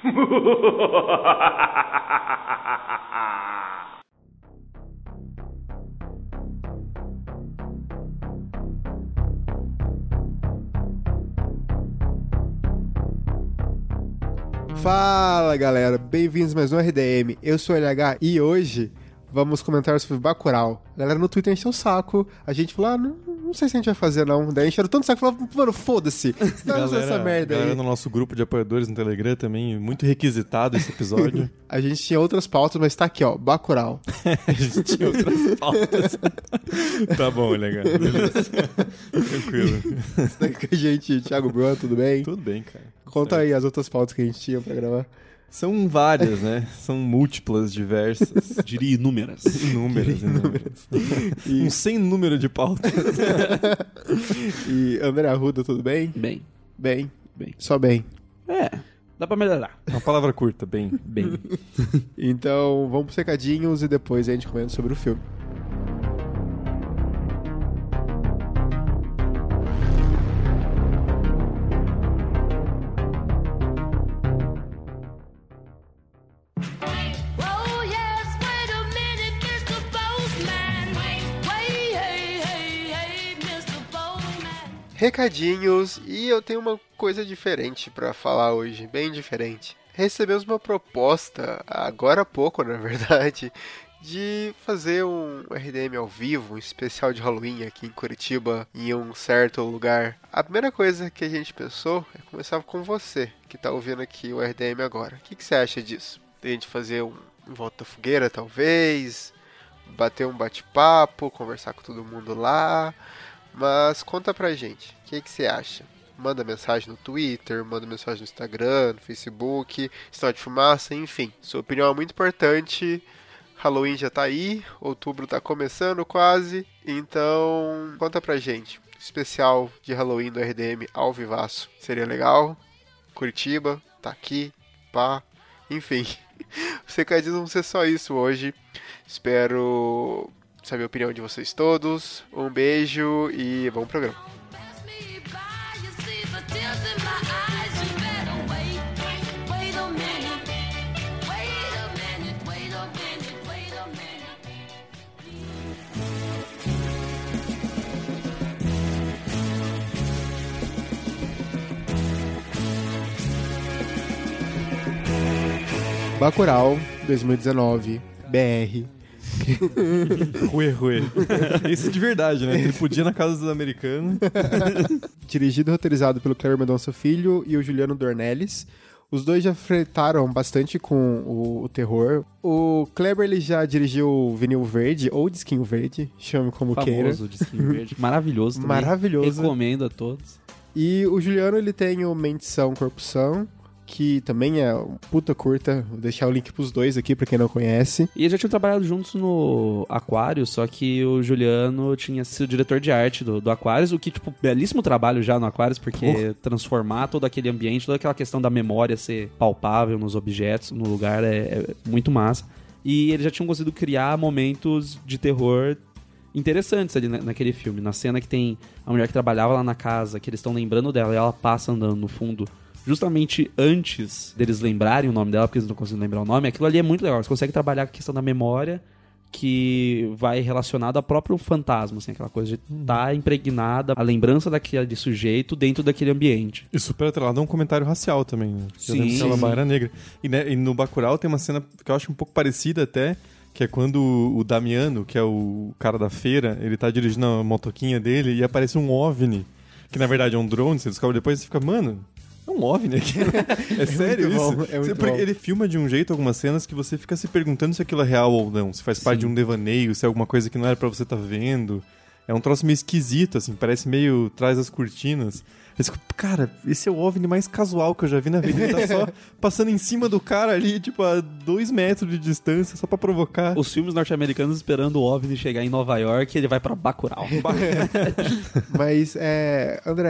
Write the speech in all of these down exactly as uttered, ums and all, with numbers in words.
Fala galera, bem-vindos a mais um R D M, eu sou o L H e hoje vamos comentar sobre Bacurau. A galera no Twitter encheu o saco, a gente falou, ah, não, não sei se a gente vai fazer não, daí encheram tanto o saco e falaram, mano, foda-se, galera, essa merda aí. galera no nosso grupo de apoiadores no Telegram também, muito requisitado esse episódio. A gente tinha outras pautas, mas tá aqui ó, Bacurau. A gente tinha outras pautas. Tá bom, legal, beleza. Tranquilo. Isso daqui com a gente, Thiago Bruno, tudo bem? Tudo bem, cara. Conta certo. aí as outras pautas que a gente tinha pra gravar. São várias, né? São múltiplas, diversas. Diria inúmeras. Inúmeras, inúmeras. E... Um sem número de pautas. E André Arruda, tudo bem? Bem, Bem. bem. Só bem. É, dá pra melhorar. Uma palavra curta, bem. Bem. Então, vamos pros recadinhos e depois a gente comenta sobre o filme. Recadinhos, e eu tenho uma coisa diferente pra falar hoje, bem diferente. Recebemos uma proposta, agora há pouco na verdade, de fazer um R D M ao vivo, um especial de Halloween aqui em Curitiba, em um certo lugar. A primeira coisa que a gente pensou é começar com você, que tá ouvindo aqui o R D M agora. O que, que você acha disso? De a gente fazer um em volta da fogueira, talvez, bater um bate-papo, conversar com todo mundo lá... Mas conta pra gente, o que, que você acha? Manda mensagem no Twitter, manda mensagem no Instagram, no Facebook, História de Fumaça, enfim. Sua opinião é muito importante, Halloween já tá aí, outubro tá começando quase, então conta pra gente. Especial de Halloween do R D M ao vivaço, seria legal? Curitiba, tá aqui, pá, enfim. Os recadinhos vão ser só isso hoje, espero... saber a opinião de vocês todos. Um beijo e bom programa. Bacurau dois mil e dezenove, B R. Ruê, ruê. Isso de verdade, né? Ele podia na casa dos americanos. Dirigido e roteirizado pelo Kleber Mendonça Filho e o Juliano Dornelles. Os dois já fretaram bastante com o, o terror. O Kleber, ele já dirigiu Vinil Verde, ou Disquinho Verde, chame como Famoso queira. Disquinho Verde. Maravilhoso também. Maravilhoso. Recomendo a todos. E o Juliano, ele tem o Mentição Corrupção, que também é um puta curta. Vou deixar o link pros dois aqui, pra quem não conhece. E eles já tinham trabalhado juntos no Aquário, só que o Juliano tinha sido diretor de arte do, do Aquários, o que, tipo, belíssimo trabalho já no Aquários, porque uh. transformar todo aquele ambiente, toda aquela questão da memória ser palpável nos objetos, no lugar, é, é muito massa. E eles já tinham conseguido criar momentos de terror interessantes ali na, naquele filme. Na cena que tem a mulher que trabalhava lá na casa, que eles estão lembrando dela, e ela passa andando no fundo justamente antes deles lembrarem o nome dela, porque eles não conseguem lembrar o nome. Aquilo ali é muito legal, você consegue trabalhar com a questão da memória, que vai relacionado ao próprio fantasma, assim, aquela coisa de estar tá impregnada a lembrança daquele sujeito dentro daquele ambiente. E super atrelado a um comentário racial também, né? Sim, sim, ela era negra. E, né, e no Bacurau tem uma cena que eu acho um pouco parecida até, que é quando o Damiano, que é o cara da feira, ele tá dirigindo a motoquinha dele e aparece um OVNI, que na verdade é um drone, você descobre depois e você fica, mano... É um OVNI aqui. É, é sério muito isso? Bom, é muito você, bom. Ele filma de um jeito algumas cenas que você fica se perguntando se aquilo é real ou não. Se faz parte Sim. de um devaneio, se é alguma coisa que não era pra você estar tá vendo. É um troço meio esquisito, assim. Parece meio trás das cortinas. Eu fico, cara, esse é o OVNI mais casual que eu já vi na vida. Ele tá só passando em cima do cara ali, tipo, a dois metros de distância, só pra provocar. Os filmes norte-americanos esperando o OVNI chegar em Nova York e ele vai pra Bacurau. Mas, é... André,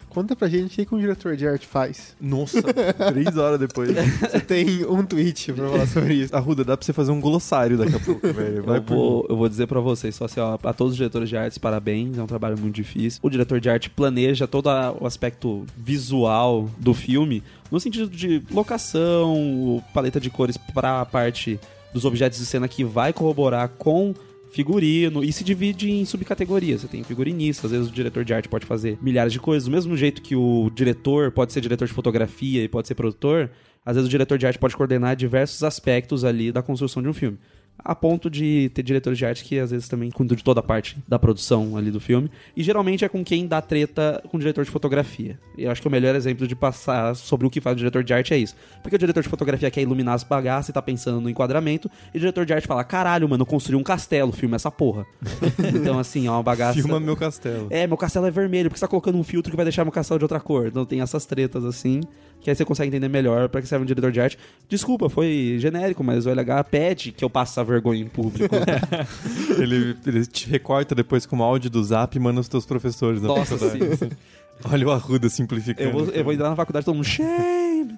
conta pra gente o que, que um diretor de arte faz. Nossa, três horas depois. Você tem um tweet pra falar sobre isso. Arruda, dá pra você fazer um glossário daqui a pouco, velho. Vai Eu por vou, eu vou dizer pra vocês, só assim, ó, pra todos os diretores de artes, parabéns, é um trabalho muito difícil. O diretor de arte planeja todo a, o aspecto visual do filme, no sentido de locação, paleta de cores pra parte dos objetos de cena que vai corroborar com figurino, e se divide em subcategorias. Você tem figurinista, às vezes o diretor de arte pode fazer milhares de coisas, do mesmo jeito que o diretor pode ser diretor de fotografia e pode ser produtor, às vezes o diretor de arte pode coordenar diversos aspectos ali da construção de um filme. A ponto de ter diretores de arte que às vezes também cuidam de toda a parte da produção ali do filme. E geralmente é com quem dá treta com o diretor de fotografia. E eu acho que o melhor exemplo de passar sobre o que faz o diretor de arte é isso. Porque o diretor de fotografia quer iluminar as bagaças e tá pensando no enquadramento. E o diretor de arte fala, caralho, mano, eu construí um castelo, filma essa porra. Então assim, é uma bagaça... Filma meu castelo. É, meu castelo é vermelho, porque você tá colocando um filtro que vai deixar meu castelo de outra cor. Então tem essas tretas assim, que aí você consegue entender melhor pra que serve um diretor de arte. Desculpa, foi genérico, mas o L H pede que eu passe essa vergonha em público. ele, ele te recorta depois com o áudio do Zap e manda os teus professores da Nossa, faculdade. sim. Olha o Arruda simplificando. Eu vou, eu vou entrar na faculdade todo mundo, shame,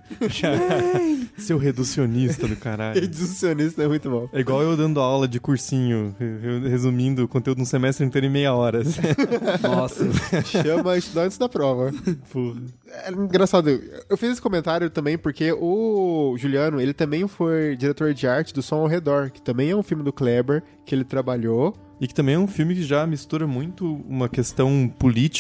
shame. Seu reducionista do caralho. Reducionista é muito bom. É igual eu dando aula de cursinho, eu- resumindo o conteúdo um semestre inteiro em meia hora. Nossa. Chama estudantes da prova. Porra. É engraçado, eu fiz esse comentário também porque o Juliano, ele também foi diretor de arte do Som ao Redor, que também é um filme do Kleber, que ele trabalhou. E que também é um filme que já mistura muito uma questão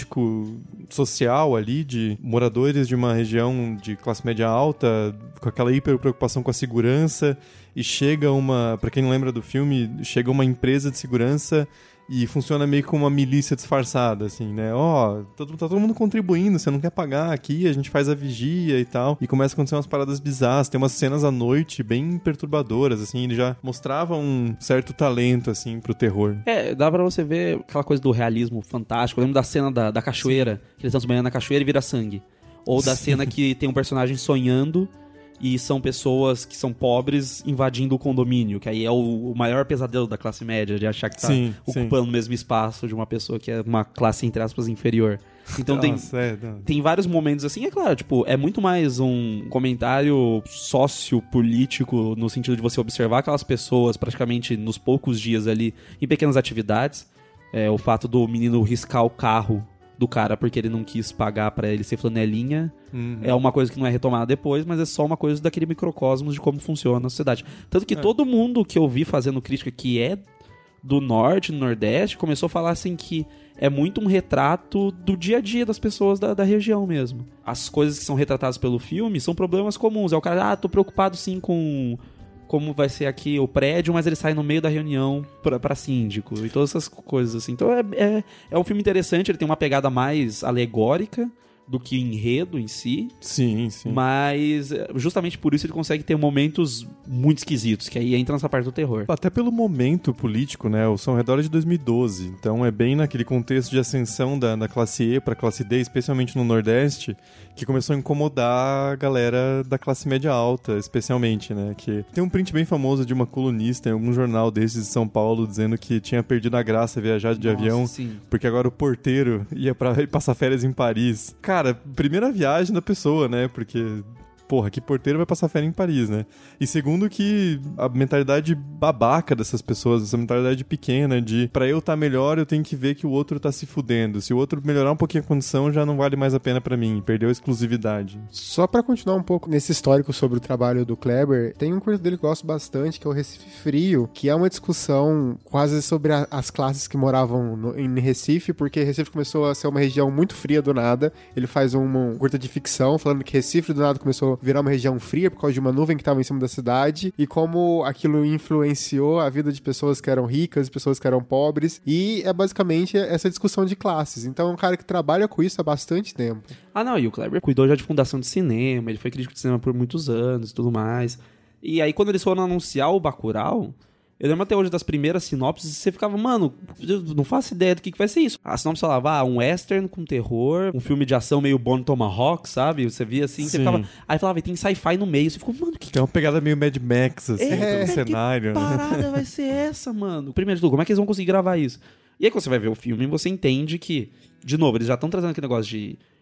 político-social ali, de moradores de uma região de classe média alta, com aquela hiper preocupação com a segurança, e chega uma, pra quem não lembra do filme, chega uma empresa de segurança e funciona meio como uma milícia disfarçada, assim, né? Ó, oh, tá, tá todo mundo contribuindo, você não quer pagar aqui, a gente faz a vigia e tal. E começa a acontecer umas paradas bizarras, tem umas cenas à noite bem perturbadoras, assim, ele já mostrava um certo talento, assim, pro terror. É, dá pra você ver aquela coisa do realismo fantástico. Eu lembro da cena da, da cachoeira, que eles estão se banhando na cachoeira e vira sangue. Ou da cena que tem um personagem sonhando e são pessoas que são pobres invadindo o condomínio, que aí é o, o maior pesadelo da classe média, de achar que tá Sim, ocupando sim. o mesmo espaço de uma pessoa que é uma classe, entre aspas, inferior. Então Nossa, tem, é, não. tem vários momentos assim, é claro, tipo, é muito mais um comentário sociopolítico no sentido de você observar aquelas pessoas praticamente nos poucos dias ali, em pequenas atividades. É, o fato do menino riscar o carro do cara porque ele não quis pagar pra ele ser flanelinha, uhum. é uma coisa que não é retomada depois, mas é só uma coisa daquele microcosmos de como funciona a sociedade. Tanto que é. todo mundo que eu vi fazendo crítica que é do norte, do nordeste, começou a falar assim que é muito um retrato do dia a dia das pessoas da, da região mesmo. As coisas que são retratadas pelo filme são problemas comuns. É o cara, ah, tô preocupado sim com como vai ser aqui o prédio, mas ele sai no meio da reunião pra, pra síndico e todas essas coisas assim. Então é, é, é um filme interessante, ele tem uma pegada mais alegórica do que enredo em si. Sim, sim. Mas justamente por isso ele consegue ter momentos muito esquisitos, que aí entra nessa parte do terror. Até pelo momento político, né? O Som ao Redor é de dois mil e doze, então é bem naquele contexto de ascensão da, da classe E para classe D, especialmente no Nordeste, que começou a incomodar a galera da classe média alta, especialmente, né? Que tem um print bem famoso de uma colunista em algum jornal desses de São Paulo dizendo que tinha perdido a graça viajar de Nossa, avião, sim. porque agora o porteiro ia pra ir passar férias em Paris. Cara, primeira viagem da pessoa, né? Porque, porra, que porteiro vai passar férias em Paris, né? E segundo que a mentalidade babaca dessas pessoas, essa mentalidade pequena de pra eu estar tá melhor, eu tenho que ver que o outro tá se fudendo. Se o outro melhorar um pouquinho a condição, já não vale mais a pena pra mim. Perdeu a exclusividade. Só pra continuar um pouco nesse histórico sobre o trabalho do Kleber, tem um curso dele que eu gosto bastante, que é o Recife Frio, que é uma discussão quase sobre a, as classes que moravam no, em Recife, porque Recife começou a ser uma região muito fria do nada. Ele faz uma, um curta de ficção falando que Recife do nada começou a virar uma região fria por causa de uma nuvem que estava em cima da cidade, e como aquilo influenciou a vida de pessoas que eram ricas e pessoas que eram pobres, e é basicamente essa discussão de classes. Então é um cara que trabalha com isso há bastante tempo. Ah não, e o Kleber cuidou já de fundação de cinema, ele foi crítico de cinema por muitos anos e tudo mais. E aí quando eles foram anunciar o Bacurau, eu lembro até hoje das primeiras sinopses, você ficava, mano, eu não faço ideia do que, que vai ser isso. A sinopse falava, ah, um western com terror, um filme de ação meio Bone Tomahawk, sabe? Você via assim, Sim. você ficava... Aí falava, e tem sci-fi no meio. Você ficou, mano, que... Tem uma pegada meio Mad Max, assim, é, pelo cenário. Que parada vai ser essa, mano? Primeiro de tudo, como é que eles vão conseguir gravar isso? E aí quando você vai ver o filme, você entende que, de novo, eles já estão trazendo aquele negócio de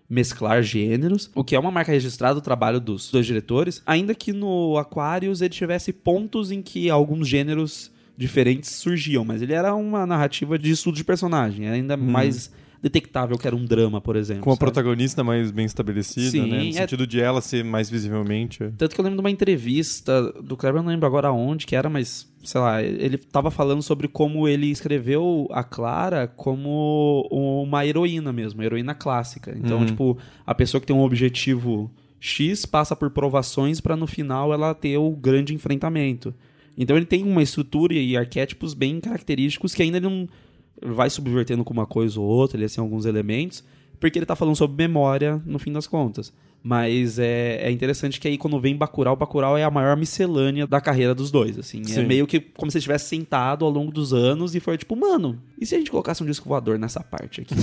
mesclar gêneros, o que é uma marca registrada do trabalho dos dois diretores, ainda que no Aquarius ele tivesse pontos em que alguns gêneros diferentes surgiam, mas ele era uma narrativa de estudo de personagem, ainda hum. mais detectável que era um drama, por exemplo. Com a sabe? protagonista mais bem estabelecida, Sim, né? No é... sentido de ela ser mais visivelmente. Tanto que eu lembro de uma entrevista do Kleber, eu não lembro agora onde que era, mas, sei lá, ele tava falando sobre como ele escreveu a Clara como uma heroína mesmo, uma heroína clássica. Então, uhum. tipo, a pessoa que tem um objetivo X passa por provações para no final ela ter o grande enfrentamento. Então ele tem uma estrutura e arquétipos bem característicos que ainda ele não vai subvertendo com uma coisa ou outra, ele assim, alguns elementos, porque ele tá falando sobre memória no fim das contas. Mas é, é interessante que aí quando vem Bacurau, Bacurau é a maior miscelânea da carreira dos dois, assim. Sim. É meio que como se ele tivesse sentado ao longo dos anos e foi tipo, mano, e se a gente colocasse um disco voador nessa parte aqui?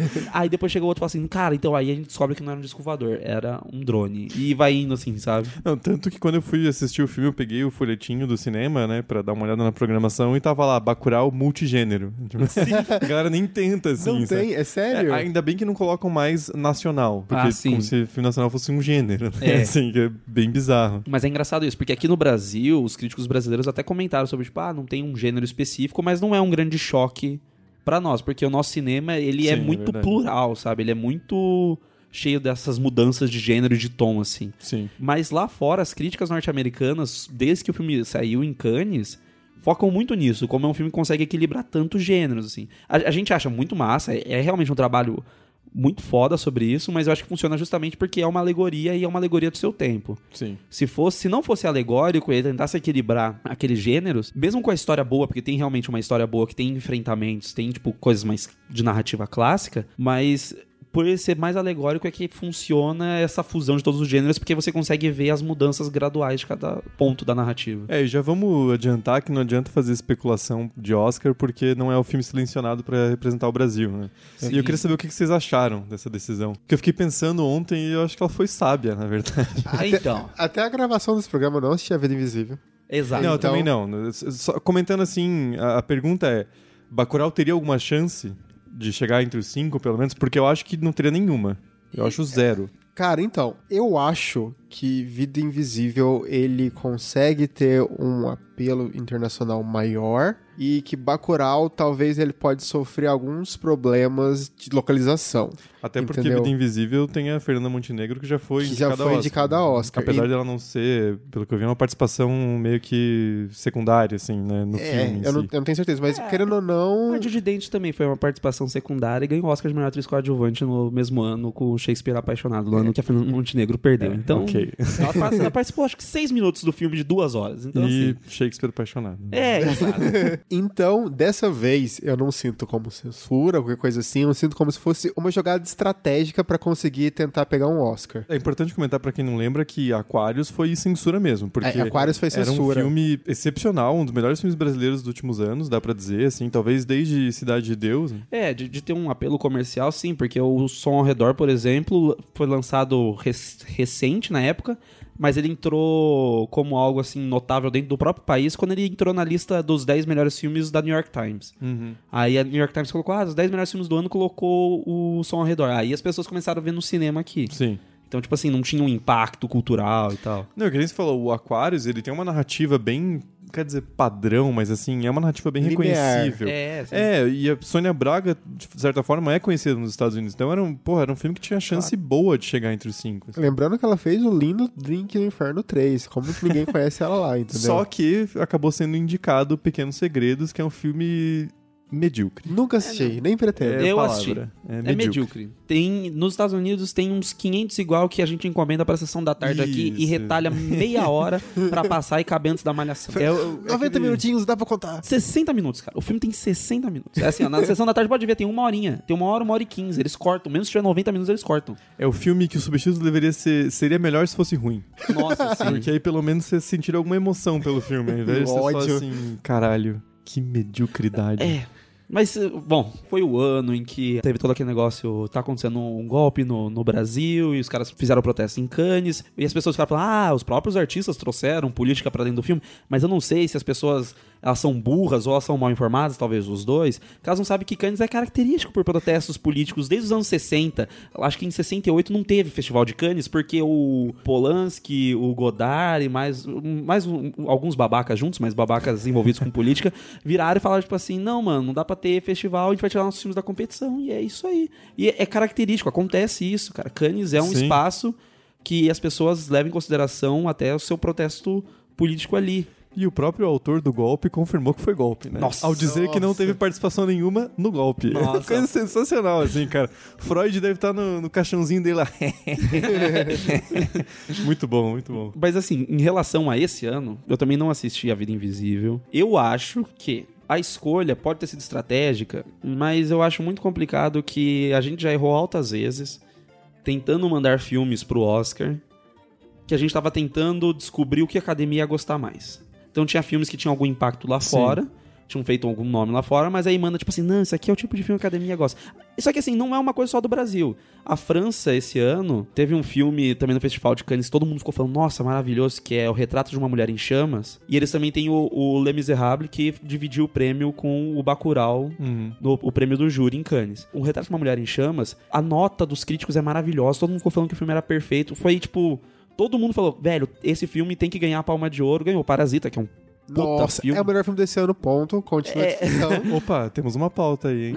Aí depois chegou outro e falou assim, cara, então aí a gente descobre que não era um disco voador, era um drone. E vai indo assim, sabe? Não, tanto que quando eu fui assistir o filme, eu peguei o folhetinho do cinema, né, pra dar uma olhada na programação e tava lá, Bacurau multigênero. Tipo assim, a galera nem tenta, assim. Não sabe? tem, é sério? É, ainda bem que não colocam mais nacional, porque Ah, sim. como se filme nacional fosse um gênero, né? É. Assim, que é bem bizarro. Mas é engraçado isso, porque aqui no Brasil, os críticos brasileiros até comentaram sobre, tipo, ah, não tem um gênero específico, mas não é um grande choque pra nós, porque o nosso cinema, ele Sim, é muito é plural, sabe? Ele é muito cheio dessas mudanças de gênero e de tom, assim. Sim. Mas lá fora, as críticas norte-americanas, desde que o filme saiu em Cannes, focam muito nisso, como é um filme que consegue equilibrar tantos gêneros, assim. A, a gente acha muito massa, é, é realmente um trabalho muito foda sobre isso, mas eu acho que funciona justamente porque é uma alegoria e é uma alegoria do seu tempo. Sim. Se fosse, se não fosse alegórico e tentasse equilibrar aqueles gêneros, mesmo com a história boa, porque tem realmente uma história boa que tem enfrentamentos, tem tipo coisas mais de narrativa clássica, mas por ele ser mais alegórico é que funciona essa fusão de todos os gêneros, porque você consegue ver as mudanças graduais de cada ponto da narrativa. É, e já vamos adiantar que não adianta fazer especulação de Oscar, porque não é o filme selecionado pra representar o Brasil, né? Sim. E eu queria saber o que vocês acharam dessa decisão. Porque eu fiquei pensando ontem e eu acho que ela foi sábia, na verdade. Ah, então. Até a gravação desse programa eu não assisti A Vida Invisível. Exato. Não, então... também não. Só comentando assim, a, a pergunta é, Bacurau teria alguma chance de chegar entre os cinco, pelo menos? Porque eu acho que não teria nenhuma. Eu acho zero. Cara, então, eu acho que Vida Invisível, ele consegue ter um apelo internacional maior e que Bacurau, talvez ele pode sofrer alguns problemas de localização. Até porque entendeu? Vida Invisível tem a Fernanda Montenegro, que já foi que indicada já foi indicada a Oscar. Apesar e... dela não ser, pelo que eu vi, uma participação meio que secundária, assim, né, no é, filme. Eu, si. não, eu não tenho certeza, mas É, querendo ou não... A Judi Dench também foi uma participação secundária e ganhou o Oscar de melhor atriz coadjuvante no mesmo ano com o Shakespeare Apaixonado, no é. ano que a Fernanda Montenegro perdeu. É, então, okay. ela, ela participou acho que seis minutos do filme de duas horas. Então, e assim... Shakespeare Apaixonado. É, exato. Então, dessa vez, eu não sinto como censura, qualquer coisa assim, eu sinto como se fosse uma jogada estratégica pra conseguir tentar pegar um Oscar. É importante comentar pra quem não lembra que Aquarius foi censura mesmo, porque é, Aquarius foi censura. Era um filme excepcional, um dos melhores filmes brasileiros dos últimos anos, dá pra dizer, assim, talvez desde Cidade de Deus. Né? É, de, de ter um apelo comercial, sim, porque o Som ao Redor, por exemplo, foi lançado rec- recente na época, mas ele entrou como algo assim notável dentro do próprio país quando ele entrou na lista dos dez melhores filmes da New York Times. Uhum. Aí a New York Times colocou, ah, os dez melhores filmes do ano, colocou o Som ao Redor. Aí as pessoas começaram a ver no cinema aqui. Sim. Então, tipo assim, não tinha um impacto cultural e tal. Não, que nem você falou, o Aquarius, ele tem uma narrativa bem, quer dizer, padrão, mas assim, é uma narrativa bem linear. reconhecível. É, sim. É, e a Sônia Braga, de certa forma, é conhecida nos Estados Unidos. Então era um, porra, era um filme que tinha chance claro. boa de chegar entre os cinco. Assim. Lembrando que ela fez o lindo Drink no Inferno três, como que ninguém conhece ela lá, entendeu? Só que acabou sendo indicado Pequenos Segredos, que é um filme medíocre. Nunca assisti, é, nem pretendo. Eu palavra. assisti. É É medíocre. medíocre. Tem, nos Estados Unidos tem uns quinhentos igual que a gente encomenda pra sessão da tarde Isso. aqui e retalha meia hora pra passar e caber antes da malhação. É, noventa aquele... minutinhos, dá pra contar. sessenta minutos, cara. O filme tem sessenta minutos. É assim, ó, na sessão da tarde pode ver, tem uma horinha. Tem uma hora, uma hora e quinze. Eles cortam. Mesmo se tiver noventa minutos, eles cortam. É o filme que o subtítulo deveria ser... Seria melhor se fosse ruim. Nossa, sim. Porque aí pelo menos você sentir alguma emoção pelo filme. Ao invés de ser só assim, caralho, que mediocridade. É. Mas, bom, foi o ano em que teve todo aquele negócio, tá acontecendo um golpe no, no Brasil, e os caras fizeram protesto em Cannes, e as pessoas ficaram falando, ah, os próprios artistas trouxeram política pra dentro do filme, mas eu não sei se as pessoas, elas são burras ou elas são mal informadas, talvez os dois, que elas não sabem que Cannes é característico por protestos políticos desde os anos sessenta. Acho que em sessenta e oito não teve festival de Cannes, porque o Polanski, o Godard e mais, mais um, alguns babacas juntos, mas babacas envolvidos com política, viraram e falaram, tipo assim, não, mano, não dá pra ter festival, a gente vai tirar nossos filmes da competição, e é isso aí. E é característico, acontece isso, cara. Cannes é um Sim. espaço que as pessoas levam em consideração até o seu protesto político ali. E o próprio autor do golpe confirmou que foi golpe, né? Nossa. Ao dizer Nossa. que não teve participação nenhuma no golpe. Nossa. Coisa sensacional, assim, cara. Freud deve estar no, no caixãozinho dele lá. Muito bom, muito bom. Mas assim, em relação a esse ano, eu também não assisti A Vida Invisível. Eu acho que a escolha pode ter sido estratégica, mas eu acho muito complicado que a gente já errou altas vezes tentando mandar filmes pro Oscar, que a gente tava tentando descobrir o que a academia ia gostar mais. Então tinha filmes que tinham algum impacto lá Sim. fora, tinham feito algum nome lá fora, mas aí manda tipo assim, não, isso aqui é o tipo de filme que a academia gosta. Só que assim, não é uma coisa só do Brasil. A França, esse ano, teve um filme também no Festival de Cannes, todo mundo ficou falando, nossa, maravilhoso, que é O Retrato de uma Mulher em Chamas. E eles também têm o, o Les Miserables, que dividiu o prêmio com o Bacurau, Uhum. no, o prêmio do júri em Cannes. O Retrato de uma Mulher em Chamas, a nota dos críticos é maravilhosa, todo mundo ficou falando que o filme era perfeito. Foi tipo, todo mundo falou, velho, esse filme tem que ganhar a Palma de Ouro. Ganhou Parasita, que é um puta Nossa, filme. é o melhor filme desse ano, ponto. Continua É. a discussão. Opa, temos uma pauta aí, hein?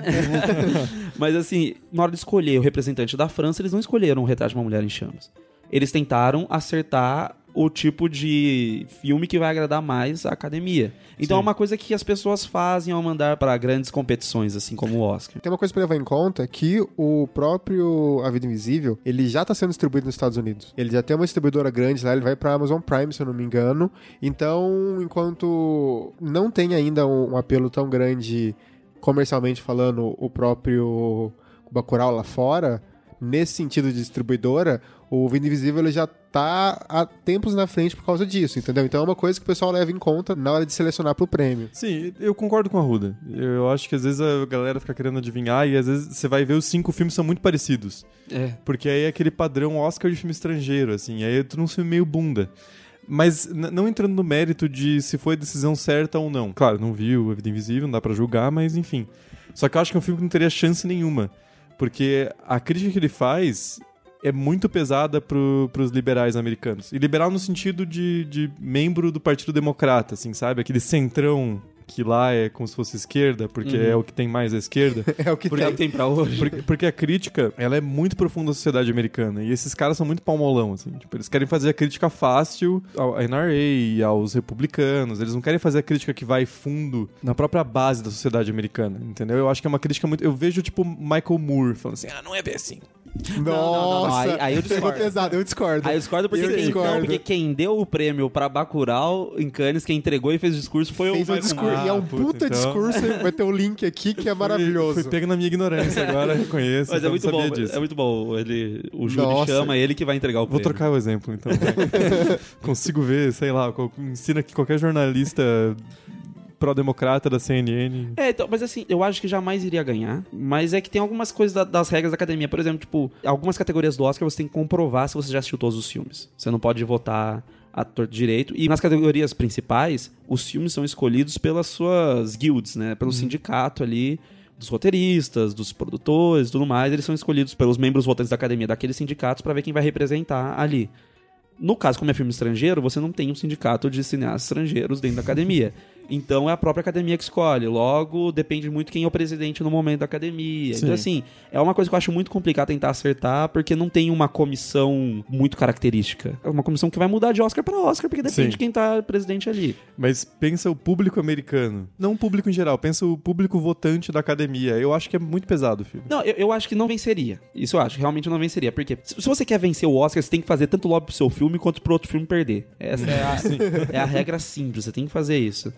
Mas assim, na hora de escolher o representante da França, eles não escolheram O Retrato de uma Mulher em Chamas. Eles tentaram acertar o tipo de filme que vai agradar mais a academia. Então Sim. é uma coisa que as pessoas fazem ao mandar para grandes competições, assim como o Oscar. Tem uma coisa pra levar em conta, que o próprio A Vida Invisível, ele já tá sendo distribuído nos Estados Unidos. Ele já tem uma distribuidora grande lá, ele vai pra Amazon Prime, se eu não me engano. Então, enquanto não tem ainda um, um apelo tão grande, comercialmente falando, o próprio Bacurau lá fora, nesse sentido de distribuidora, o Vida Invisível ele já tá há tempos na frente por causa disso, entendeu? Então é uma coisa que o pessoal leva em conta na hora de selecionar pro prêmio. Sim, eu concordo com a Ruda. Eu acho que às vezes a galera fica querendo adivinhar e às vezes você vai ver os cinco filmes são muito parecidos. É. Porque aí é aquele padrão Oscar de filme estrangeiro, assim. Aí tu não filme meio bunda. Mas n- não entrando no mérito de se foi a decisão certa ou não. Claro, não viu A Vida Invisível, não dá pra julgar, mas enfim. Só que eu acho que é um filme que não teria chance nenhuma. Porque a crítica que ele faz é muito pesada pro, pros liberais americanos. E liberal no sentido de, de membro do Partido Democrata, assim, sabe? Aquele centrão que lá é como se fosse esquerda, porque Uhum. é o que tem mais à esquerda. É o que Porque tem. tem pra hoje. Porque, porque a crítica, ela é muito profunda na sociedade americana. E esses caras são muito palmolão, assim. Tipo, eles querem fazer a crítica fácil ao N R A e aos republicanos. Eles não querem fazer a crítica que vai fundo na própria base da sociedade americana, entendeu? Eu acho que é uma crítica muito... Eu vejo, tipo, Michael Moore falando assim, ah, não é bem assim. Nossa! não, não, aí- aí eu Pegou discordo. pesado, eu discordo. Aí eu discordo porque, Eu quem, discordo. não, porque quem deu o prêmio pra Bacurau em Cannes, quem entregou e fez o discurso foi Fez o um Michael discurso, Moore. e é um Ah, puta, puta então. discurso, vai ter o link aqui que é Fui- maravilhoso. Fui pego na minha ignorância agora, reconheço. Mas é então muito não sabia bom, disso. é muito bom. Ele, o júri Nossa. chama ele que vai entregar o Vou prêmio. trocar o exemplo, então. vai. Consigo ver, sei lá, qual- ensina que qualquer jornalista pró-democrata da C N N... É, então, mas assim, eu acho que jamais iria ganhar. Mas é que tem algumas coisas da- das regras da academia. Por exemplo, tipo, algumas categorias do Oscar você tem que comprovar se você já assistiu todos os filmes. Você não pode votar ator direito. E nas categorias principais, os filmes são escolhidos pelas suas guilds, né? Pelo sindicato ali, dos roteiristas, dos produtores e tudo mais. Eles são escolhidos pelos membros votantes da academia daqueles sindicatos pra ver quem vai representar ali. No caso, como é filme estrangeiro, você não tem um sindicato de cineastas estrangeiros dentro da academia. Então é a própria academia que escolhe. Logo, depende muito quem é o presidente no momento da academia. Sim. Então, assim, é uma coisa que eu acho muito complicado tentar acertar, porque não tem uma comissão muito característica. É uma comissão que vai mudar de Oscar para Oscar, porque depende Sim. de quem tá presidente ali. Mas pensa o público americano. Não o público em geral, pensa o público votante da academia. Eu acho que é muito pesado o filme. Não, eu, eu acho que não venceria. Isso eu acho, realmente não venceria. Porque se, se você quer vencer o Oscar, você tem que fazer tanto lobby pro seu filme quanto pro outro filme perder. Essa é a, é a regra simples, você tem que fazer isso.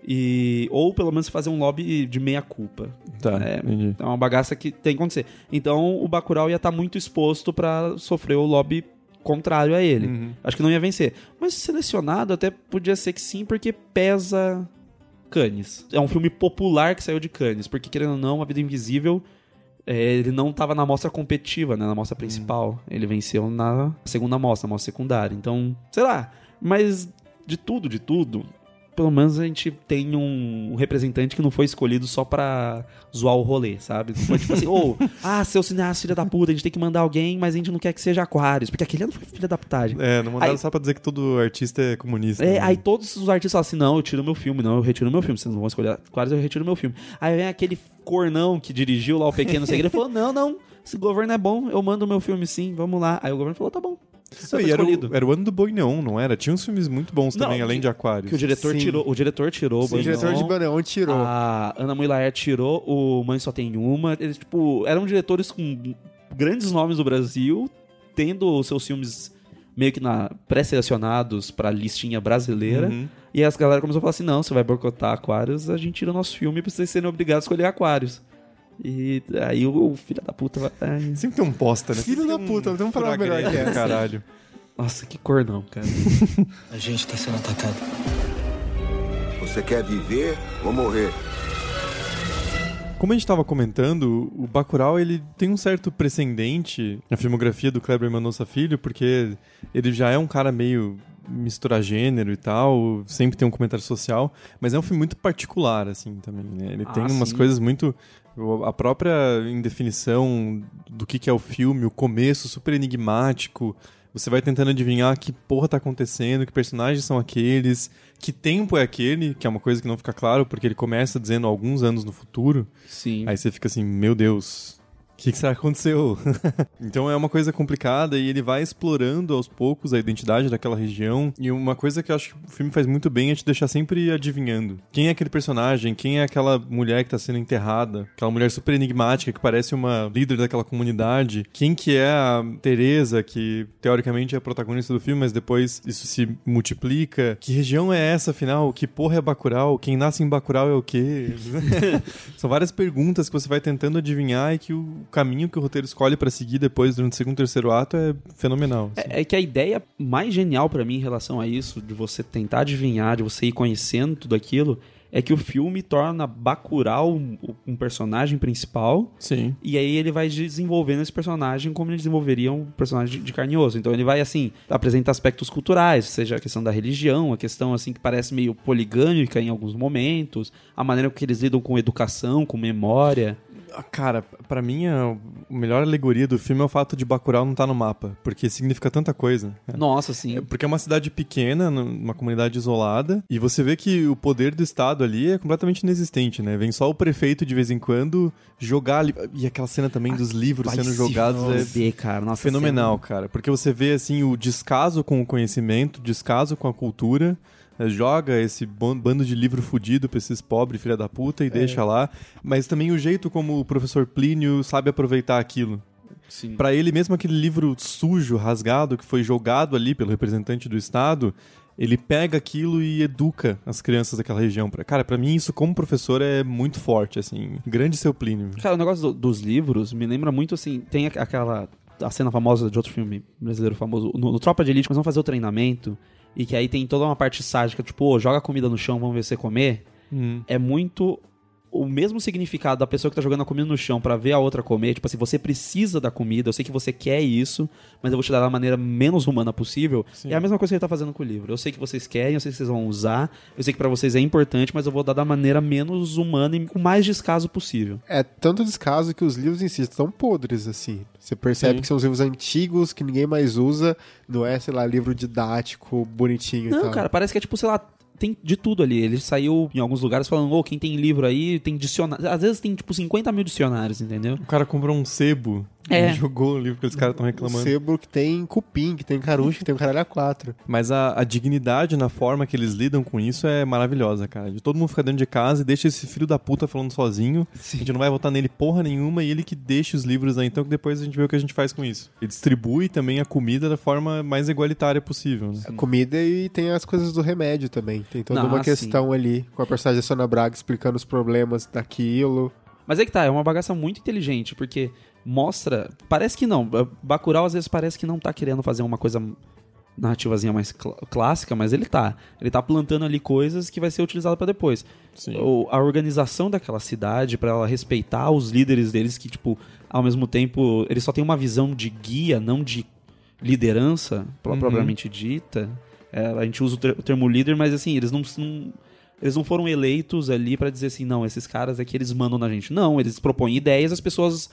E, ou pelo menos fazer um lobby de meia culpa. Tá, É, entendi. é uma bagaça que tem que acontecer. Então o Bacurau ia estar muito exposto pra sofrer o lobby contrário a ele. Uhum. Acho que não ia vencer. Mas selecionado até podia ser que sim, porque pesa Cannes. É um filme popular que saiu de Cannes, porque, querendo ou não, A Vida Invisível, é, ele não estava na mostra competitiva, né, na mostra principal. Hum. Ele venceu na segunda mostra, na mostra secundária. Então, sei lá, mas de tudo, de tudo... Pelo menos a gente tem um representante que não foi escolhido só pra zoar o rolê, sabe? Não foi tipo assim, ô, oh, ah, seu cineasta filha da puta, a gente tem que mandar alguém, mas a gente não quer que seja Aquários, porque aquele ano foi filha da putagem. É, não mandaram aí, só pra dizer que todo artista é comunista. É, né? aí todos os artistas falam assim, não, eu tiro meu filme, não, eu retiro meu filme, vocês não vão escolher Aquários, eu retiro meu filme. Aí vem aquele cornão que dirigiu lá o Pequeno Segredo e falou, não, não, esse governo é bom, eu mando meu filme sim, vamos lá. Aí o governo falou, tá bom. Não, e era, o, era o ano do Boi Neon, não era? Tinha uns filmes muito bons também, não, além que, de Aquários. Que o diretor Sim. tirou, o diretor tirou o Sim, o diretor de Boi Neon tirou. A Ana Mui-Laer tirou, o Mãe Só Tem Uma. Eles, tipo, eram diretores com grandes nomes do Brasil, tendo os seus filmes meio que na, pré-selecionados pra listinha brasileira. Uhum. E as galera começou a falar assim, não, você vai boicotar Aquários, a gente tira o nosso filme pra vocês serem obrigados a escolher Aquários. E aí o, o filho da puta vai... Ai. Sempre tem um posta, né? Filho da puta, não tem um falar melhor que essa. Caralho. Nossa, que cornão, cara. A gente tá sendo atacado. Você quer viver ou morrer? Como a gente estava comentando, o Bacurau ele tem um certo precedente na filmografia do Kleber Mendonça Filho, porque ele já é um cara meio misturar gênero e tal, sempre tem um comentário social, mas é um filme muito particular, assim, também, né? Ele ah, tem umas sim. coisas muito... A própria indefinição do que, que é o filme, o começo super enigmático, você vai tentando adivinhar que porra tá acontecendo, que personagens são aqueles, que tempo é aquele, que é uma coisa que não fica claro, porque ele começa dizendo alguns anos no futuro. Sim. Aí você fica assim, meu Deus... O que, que será que aconteceu? Então é uma coisa complicada e ele vai explorando aos poucos a identidade daquela região. E uma coisa que eu acho que o filme faz muito bem é te deixar sempre adivinhando. Quem é aquele personagem? Quem é aquela mulher que está sendo enterrada? Aquela mulher super enigmática que parece uma líder daquela comunidade. Quem que é a Teresa, que teoricamente é a protagonista do filme, mas depois isso se multiplica? Que região é essa, afinal? Que porra é Bacurau? Quem nasce em Bacurau é o quê? São várias perguntas que você vai tentando adivinhar e que o caminho que o roteiro escolhe pra seguir depois durante o segundo e terceiro ato é fenomenal. Assim. É, é que a ideia mais genial pra mim em relação a isso, de você tentar adivinhar, de você ir conhecendo tudo aquilo, é que o filme torna Bacurau um, um personagem principal. Sim. E aí ele vai desenvolvendo esse personagem como ele desenvolveria um personagem de carne e osso. Então ele vai, assim, apresentar aspectos culturais, seja a questão da religião, a questão, assim, que parece meio poligâmica em alguns momentos, a maneira que eles lidam com educação, com memória. Cara, pra mim a melhor alegoria do filme é o fato de Bacurau não estar no mapa, porque significa tanta coisa. Né? Nossa, sim. É porque é uma cidade pequena, numa comunidade isolada, e você vê que o poder do Estado ali é completamente inexistente, né? Vem só o prefeito de vez em quando jogar ali, e aquela cena também ah, dos livros sendo jogados é ver, cara. Nossa, fenomenal, cena... cara, porque você vê assim o descaso com o conhecimento, o descaso com a cultura. Joga esse bando de livro fudido pra esses pobres filha da puta e é. deixa lá. Mas também o jeito como o professor Plínio sabe aproveitar aquilo. Sim. Pra ele mesmo aquele livro sujo, rasgado, que foi jogado ali pelo representante do Estado, ele pega aquilo e educa as crianças daquela região. Cara, pra mim isso como professor é muito forte, assim. Grande seu Plínio. Cara, o negócio do, dos livros me lembra muito, assim, tem aquela... a cena famosa de outro filme brasileiro famoso, no, no Tropa de Elite, mas vão fazer o treinamento... E que aí tem toda uma parte sádica, tipo, oh, joga comida no chão, vamos ver você comer. Hum. É muito o mesmo significado da pessoa que tá jogando a comida no chão pra ver a outra comer. Tipo assim, você precisa da comida, eu sei que você quer isso, mas eu vou te dar da maneira menos humana possível. Sim. É a mesma coisa que ele tá fazendo com o livro. Eu sei que vocês querem, eu sei que vocês vão usar, eu sei que pra vocês é importante, mas eu vou dar da maneira menos humana e com mais descaso possível. É tanto descaso que os livros em si estão podres, assim. Você percebe Sim. que são os livros antigos, que ninguém mais usa, não é, sei lá, livro didático, bonitinho não, e tal. Não, cara, parece que é tipo, sei lá, tem de tudo ali. Ele saiu em alguns lugares falando, ô, oh, quem tem livro aí, tem dicionário. Às vezes tem, tipo, cinquenta mil dicionários, entendeu? O cara comprou um sebo é. e jogou o livro que os caras estão reclamando. Um sebo que tem cupim, que tem carucho, que tem um caralho a quatro. Mas a, a dignidade na forma que eles lidam com isso é maravilhosa, cara. De todo mundo ficar dentro de casa e deixa esse filho da puta falando sozinho. Sim. A gente não vai votar nele porra nenhuma e ele que deixa os livros aí, então que depois a gente vê o que a gente faz com isso. Ele distribui também a comida da forma mais igualitária possível, né? A comida e tem as coisas do remédio também. Tem toda não, uma assim. questão ali, com a personagem da Sônia Braga explicando os problemas daquilo. Mas é que tá, é uma bagaça muito inteligente, porque mostra... Parece que não. Bacurau às vezes parece que não tá querendo fazer uma coisa narrativazinha mais cl- clássica, mas ele tá. Ele tá plantando ali coisas que vai ser utilizado pra depois. Sim. O, a organização daquela cidade, pra ela respeitar os líderes deles, que, tipo, ao mesmo tempo, eles só têm uma visão de guia, não de liderança, Uhum. propriamente dita. É, a gente usa o, ter- o termo líder, mas assim, eles não, não, eles não foram eleitos ali pra dizer assim, não, esses caras aqui, eles mandam na gente. Não, eles propõem ideias, as pessoas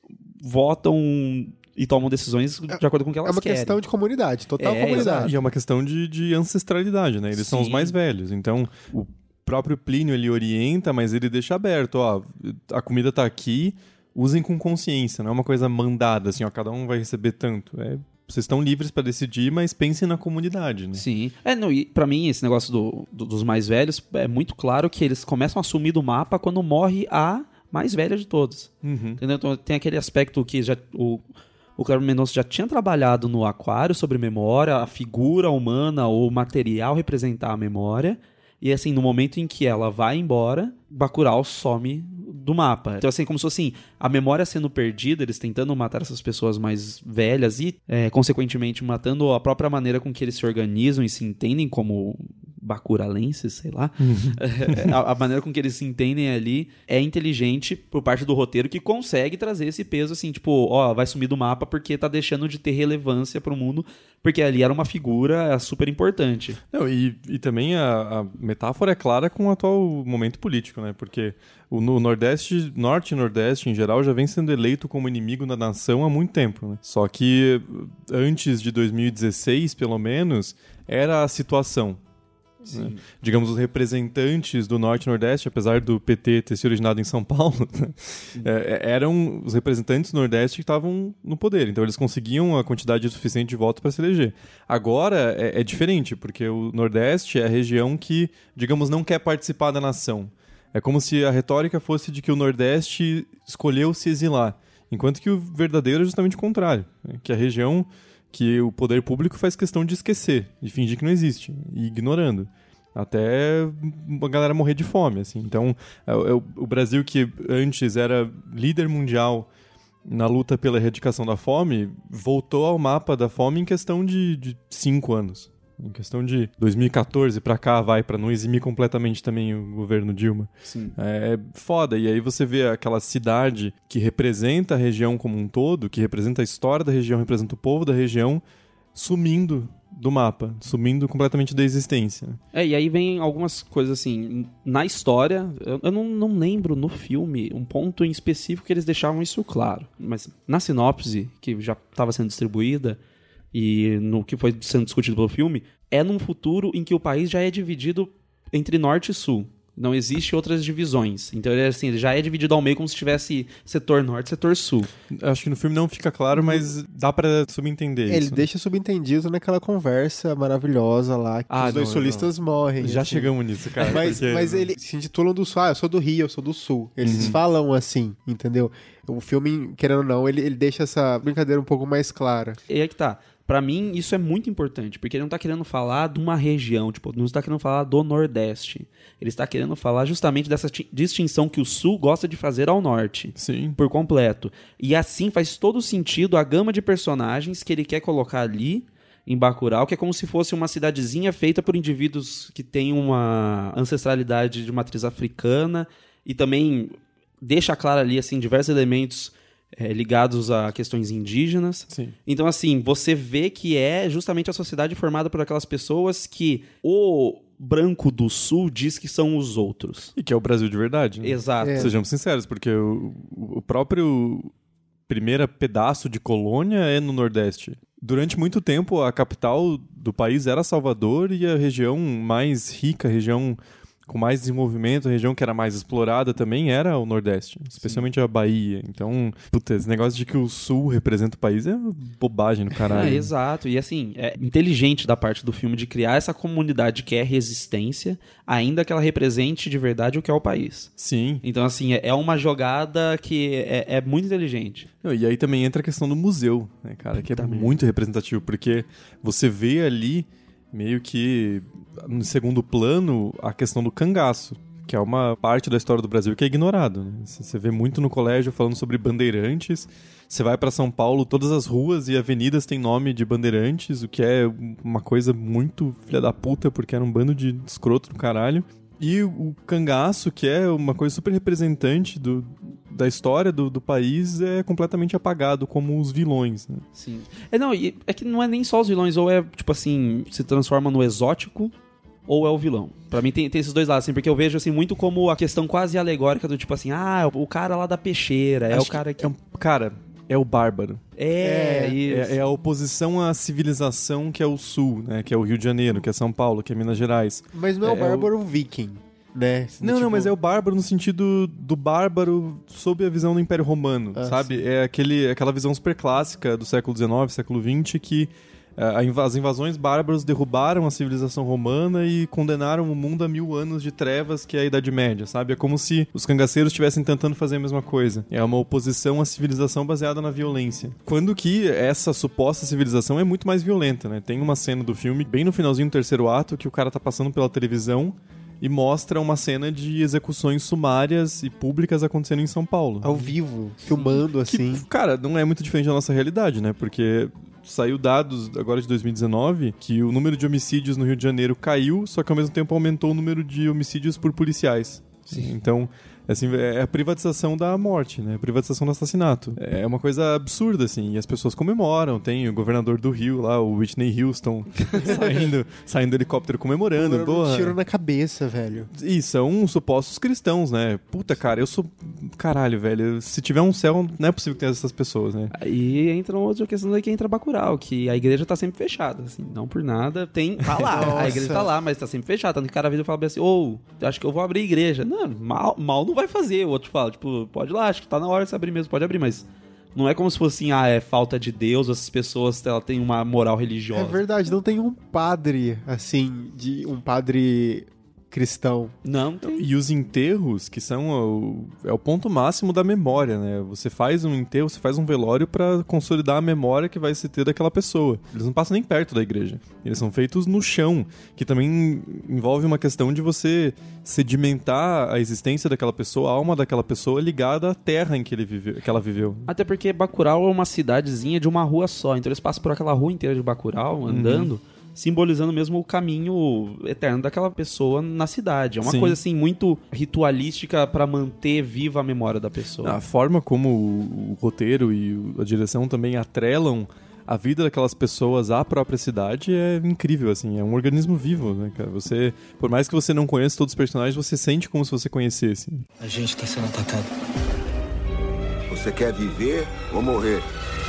votam e tomam decisões de acordo com o que elas É uma querem. questão de comunidade, total É, comunidade. E é uma questão de, de ancestralidade, né? Eles são os Sim. mais velhos. Então, o próprio Plínio, ele orienta, mas ele deixa aberto. Ó, a comida tá aqui, usem com consciência. Não é uma coisa mandada, assim, ó, cada um vai receber tanto. É, vocês estão livres para decidir, mas pensem na comunidade, né? Sim. É, não, e pra mim, esse negócio do, do- dos mais velhos, é muito claro que eles começam a assumir do mapa quando morre a mais velha de todos. Uhum. Entendeu? Então tem aquele aspecto que já o, o Cleber Mendonça já tinha trabalhado no Aquário sobre memória, a figura humana ou o material representar a memória. E assim, no momento em que ela vai embora, Bacurau some do mapa. Então assim, como se fosse assim, a memória sendo perdida, eles tentando matar essas pessoas mais velhas e, é, consequentemente, matando a própria maneira com que eles se organizam e se entendem como bacuralenses, sei lá. a, a maneira com que eles se entendem ali é inteligente por parte do roteiro, que consegue trazer esse peso assim, tipo, ó, vai sumir do mapa porque tá deixando de ter relevância pro mundo, porque ali era uma figura super importante. Não, e, e também a, a metáfora é clara com o atual momento político, né? Porque o no Nordeste, Norte e Nordeste, em geral, já vem sendo eleito como inimigo da nação há muito tempo, né? Só que antes de dois mil e dezesseis, pelo menos, era a situação. Né? Digamos, os representantes do Norte e Nordeste, apesar do P T ter se originado em São Paulo, é, eram os representantes do Nordeste que estavam no poder. Então, eles conseguiam a quantidade suficiente de votos para se eleger. Agora, é, é diferente, porque o Nordeste é a região que, digamos, não quer participar da nação. É como se a retórica fosse de que o Nordeste escolheu se exilar, enquanto que o verdadeiro é justamente o contrário, né? Que a região que o poder público faz questão de esquecer, de fingir que não existe, e ignorando, até a galera morrer de fome, assim. Então, é, é o, o Brasil que antes era líder mundial na luta pela erradicação da fome, voltou ao mapa da fome em questão de, de cinco anos. Em questão de dois mil e catorze pra cá, vai, pra não eximir completamente também o governo Dilma. Sim. É foda. E aí você vê aquela cidade que representa a região como um todo, que representa a história da região, representa o povo da região, sumindo do mapa, sumindo completamente da existência. É, e aí vem algumas coisas assim, na história, eu, eu não, não lembro no filme um ponto em específico que eles deixavam isso claro, mas na sinopse, que já estava sendo distribuída, e no que foi sendo discutido pelo filme, é num futuro em que o país já é dividido entre norte e sul. Não existe outras divisões. Então, ele, assim, ele já é dividido ao meio como se tivesse setor norte e setor sul. Acho que no filme não fica claro, mas dá pra subentender Ele isso. deixa subentendido naquela conversa maravilhosa lá, que Ah, os dois não, sulistas morrem. Já assim. chegamos nisso, cara. Mas, porque- mas eles se intitulam do Sul. Ah, eu sou do Rio, eu sou do Sul. Eles Uhum. falam assim, entendeu? O filme, querendo ou não, ele, ele deixa essa brincadeira um pouco mais clara. E aí que tá. Pra mim, isso é muito importante, porque ele não tá querendo falar de uma região, tipo, não está querendo falar do Nordeste. Ele está querendo falar justamente dessa ti- distinção que o Sul gosta de fazer ao Norte. Sim. Por completo. E assim faz todo sentido a gama de personagens que ele quer colocar ali em Bacurau, que é como se fosse uma cidadezinha feita por indivíduos que têm uma ancestralidade de matriz africana e também deixa claro ali assim diversos elementos é, ligados a questões indígenas. Sim. Então, assim, você vê que é justamente a sociedade formada por aquelas pessoas que o branco do sul diz que são os outros. E que é o Brasil de verdade, né? Exato. É. Sejamos sinceros, porque o, o próprio primeiro pedaço de colônia é no Nordeste. Durante muito tempo, a capital do país era Salvador e a região mais rica, a região com mais desenvolvimento, a região que era mais explorada também era o Nordeste, especialmente Sim. a Bahia. Então, puta, esse negócio de que o Sul representa o país é bobagem no caralho. É, exato. E assim, é inteligente da parte do filme de criar essa comunidade que é resistência, ainda que ela represente de verdade o que é o país. Sim. Então, assim, é uma jogada que é, é muito inteligente. E aí também entra a questão do museu, né, cara, que é Também. muito representativo, porque você vê ali meio que no segundo plano a questão do cangaço, que é uma parte da história do Brasil que é ignorado, né? Você vê muito no colégio falando sobre bandeirantes. Você vai pra São Paulo, todas as ruas e avenidas têm nome de bandeirantes, o que é uma coisa muito filha da puta, porque era um bando de escroto do caralho. E o cangaço, que é uma coisa super representante do, da história do, do país, é completamente apagado como os vilões, né? Sim. É, não, e é que não é nem só os vilões, ou é, tipo assim, se transforma no exótico, ou é o vilão. Pra mim tem, tem esses dois lados, assim, porque eu vejo, assim, muito como a questão quase alegórica do tipo assim, ah, o cara lá da peixeira, é Acho o cara que... É um, cara, é o bárbaro. É, É, isso. é, é a oposição à civilização que é o Sul, né? Que é o Rio de Janeiro, que é São Paulo, que é Minas Gerais. Mas não é, É, o bárbaro viking, né? Não, Tipo, não, mas é o bárbaro no sentido do bárbaro sob a visão do Império Romano, Ah, sabe? sim. É aquele, aquela visão super clássica do século dezenove, século vinte, que a inva- as invasões bárbaras derrubaram a civilização romana e condenaram o mundo a mil anos de trevas, que é a Idade Média, sabe? É como se os cangaceiros estivessem tentando fazer a mesma coisa. É uma oposição à civilização baseada na violência. Quando que essa suposta civilização é muito mais violenta, né? Tem uma cena do filme, bem no finalzinho do terceiro ato, que o cara tá passando pela televisão e mostra uma cena de execuções sumárias e públicas acontecendo em São Paulo. ao vivo, filmando assim. Que, cara, não é muito diferente da nossa realidade, né? Porque saiu dados agora de dois mil e dezenove que o número de homicídios no Rio de Janeiro caiu, só que ao mesmo tempo aumentou o número de homicídios por policiais. Sim. Então, assim, é a privatização da morte, né? A privatização do assassinato. É uma coisa absurda, assim, e as pessoas comemoram. Tem o governador do Rio lá, o Whitney Houston, saindo, saindo do helicóptero comemorando. Um Porra. tiro na cabeça, velho. E são supostos cristãos, né? Puta, cara, eu sou... Caralho, velho. Se tiver um céu, não é possível que tenha essas pessoas, né? Aí entra uma outra questão daí que entra Bacurau, que a igreja tá sempre fechada, assim, não por nada, tem, tá lá, Nossa. a igreja tá lá, mas tá sempre fechada, tanto que o cara vira e fala bem assim, ou, acho que eu vou abrir a igreja. Não, mal, mal não vai fazer, o outro fala, tipo, pode ir lá, acho que tá na hora de se abrir mesmo, pode abrir, mas não é como se fosse assim, ah, é falta de Deus, essas pessoas, ela tem uma moral religiosa. É verdade, não tem um padre, assim, de um padre cristão. Não, tem. E os enterros, que são o, é o ponto máximo da memória, né? Você faz um enterro, você faz um velório pra consolidar a memória que vai se ter daquela pessoa. Eles não passam nem perto da igreja. Eles são feitos no chão, que também envolve uma questão de você sedimentar a existência daquela pessoa, a alma daquela pessoa ligada à terra em que, ele viveu, que ela viveu. Até porque Bacurau é uma cidadezinha de uma rua só, então eles passam por aquela rua inteira de Bacurau, andando, uhum. simbolizando mesmo o caminho eterno daquela pessoa na cidade. É uma Sim. coisa assim muito ritualística pra manter viva a memória da pessoa. A forma como o, o roteiro e o- a direção também atrelam a vida daquelas pessoas à própria cidade é incrível, assim, é um organismo vivo, né, cara? Você, por mais que você não conheça todos os personagens, você sente como se você conhecesse. A gente tá sendo atacado. Você quer viver ou morrer?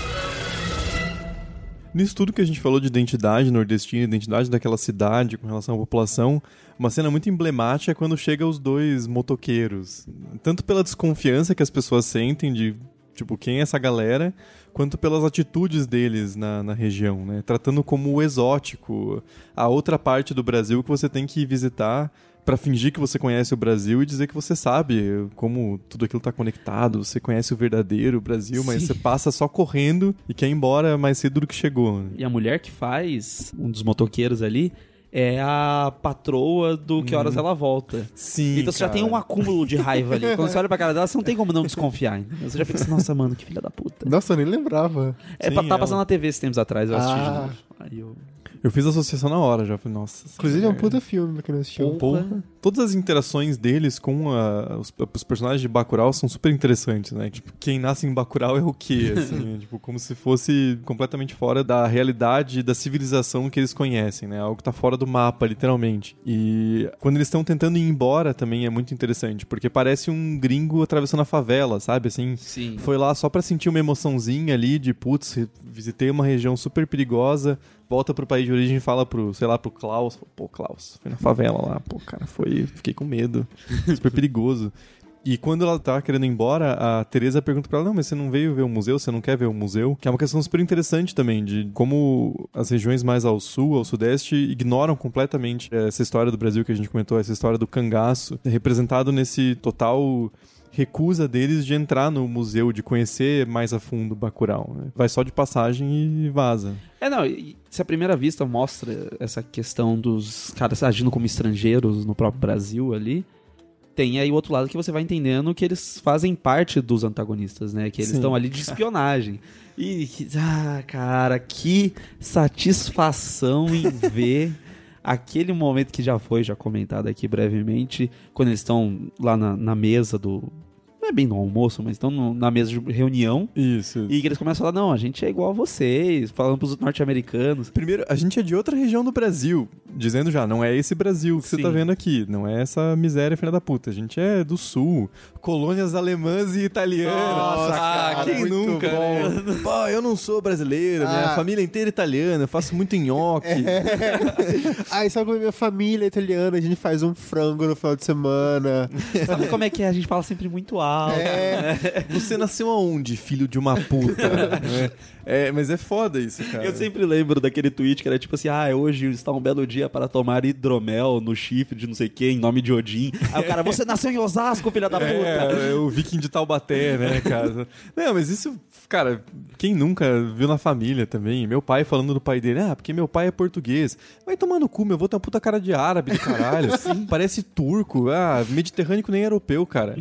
Nisso tudo que a gente falou de identidade nordestina, identidade daquela cidade com relação à população, uma cena muito emblemática é quando chega os dois motoqueiros. Tanto pela desconfiança que as pessoas sentem de, tipo, quem é essa galera, quanto pelas atitudes deles na, na região, né? Tratando como o exótico, a outra parte do Brasil que você tem que visitar pra fingir que você conhece o Brasil e dizer que você sabe como tudo aquilo tá conectado, você conhece o verdadeiro Brasil, mas Sim. você passa só correndo e quer ir embora mais cedo do que chegou, né? E a mulher que faz, um dos motoqueiros ali, é a patroa do Que Horas Ela Volta. Sim, Então você já tem um acúmulo de raiva ali. Quando você olha pra cara dela, você não tem como não desconfiar. Entendeu? Você já fica assim, nossa, mano, que filha da puta. Nossa, eu nem lembrava. É, Sim, tá tá passando ela- na T V esses tempos atrás, eu assisti de Ah. novo. Aí eu... Eu fiz a associação na hora já, falei, nossa. Inclusive é um essa puta filme pra quem não assistiu. Porra. Porra. Todas as interações deles com a- os, os personagens de Bacurau são super interessantes, né? Tipo, quem nasce em Bacurau é o quê? Assim, tipo, como se fosse completamente fora da realidade, da civilização que eles conhecem, né? Algo que tá fora do mapa, literalmente. E quando eles estão tentando ir embora também é muito interessante, porque parece um gringo atravessando a favela, sabe? Assim, Sim. foi lá só pra sentir uma emoçãozinha ali de, putz, visitei uma região super perigosa, volta pro país de origem e fala pro, sei lá, pro Klaus, pô, Klaus, foi na favela lá, pô, cara, foi, fiquei com medo, super perigoso. E quando ela tá querendo ir embora, a Teresa pergunta pra ela, não, mas você não veio ver o museu, você não quer ver o museu? Que é uma questão super interessante também, de como as regiões mais ao sul, ao sudeste, ignoram completamente essa história do Brasil que a gente comentou, essa história do cangaço, representado nesse total recusa deles de entrar no museu, de conhecer mais a fundo Bacurau, né? Vai só de passagem e vaza. É, não, e se a primeira vista mostra essa questão dos caras agindo como estrangeiros no próprio Brasil ali, tem aí o outro lado que você vai entendendo que eles fazem parte dos antagonistas, né? Que eles estão ali de espionagem. E, ah, cara, que satisfação em ver aquele momento que já foi já comentado aqui brevemente, quando eles estão lá na, na mesa do... Não é bem no almoço, mas estão no, na mesa de reunião. Isso. E que eles começam a falar, não, a gente é igual a vocês, falando pros norte-americanos. Primeiro, a gente é de outra região do Brasil, dizendo já, não é esse Brasil que Sim. você tá vendo aqui, não é essa miséria filha da puta, a gente é do sul, colônias alemãs e italianas. Nossa, ah, cara, quem muito nunca, bom. né? Pô, eu não sou brasileiro, minha Ah. família inteira é italiana, eu faço muito nhoque. Ai, sabe como a minha família é italiana, a gente faz um frango no final de semana. Sabe como é que é? A gente fala sempre muito alto. É. Você nasceu aonde, filho de uma puta? Né? É, mas é foda isso, cara. Eu sempre lembro daquele tweet que era tipo assim, ah, hoje está um belo dia para tomar hidromel no chifre de não sei quem, em nome de Odin. Aí o cara, você nasceu em Osasco, filha da puta. É, o viking de Taubaté, né, cara? Não, mas isso, cara, quem nunca viu na família também? Meu pai falando do pai dele, ah, porque meu pai é português. Vai tomar no cu, meu avô tem uma puta cara de árabe do caralho. Parece turco. Ah, mediterrâneo nem europeu, cara.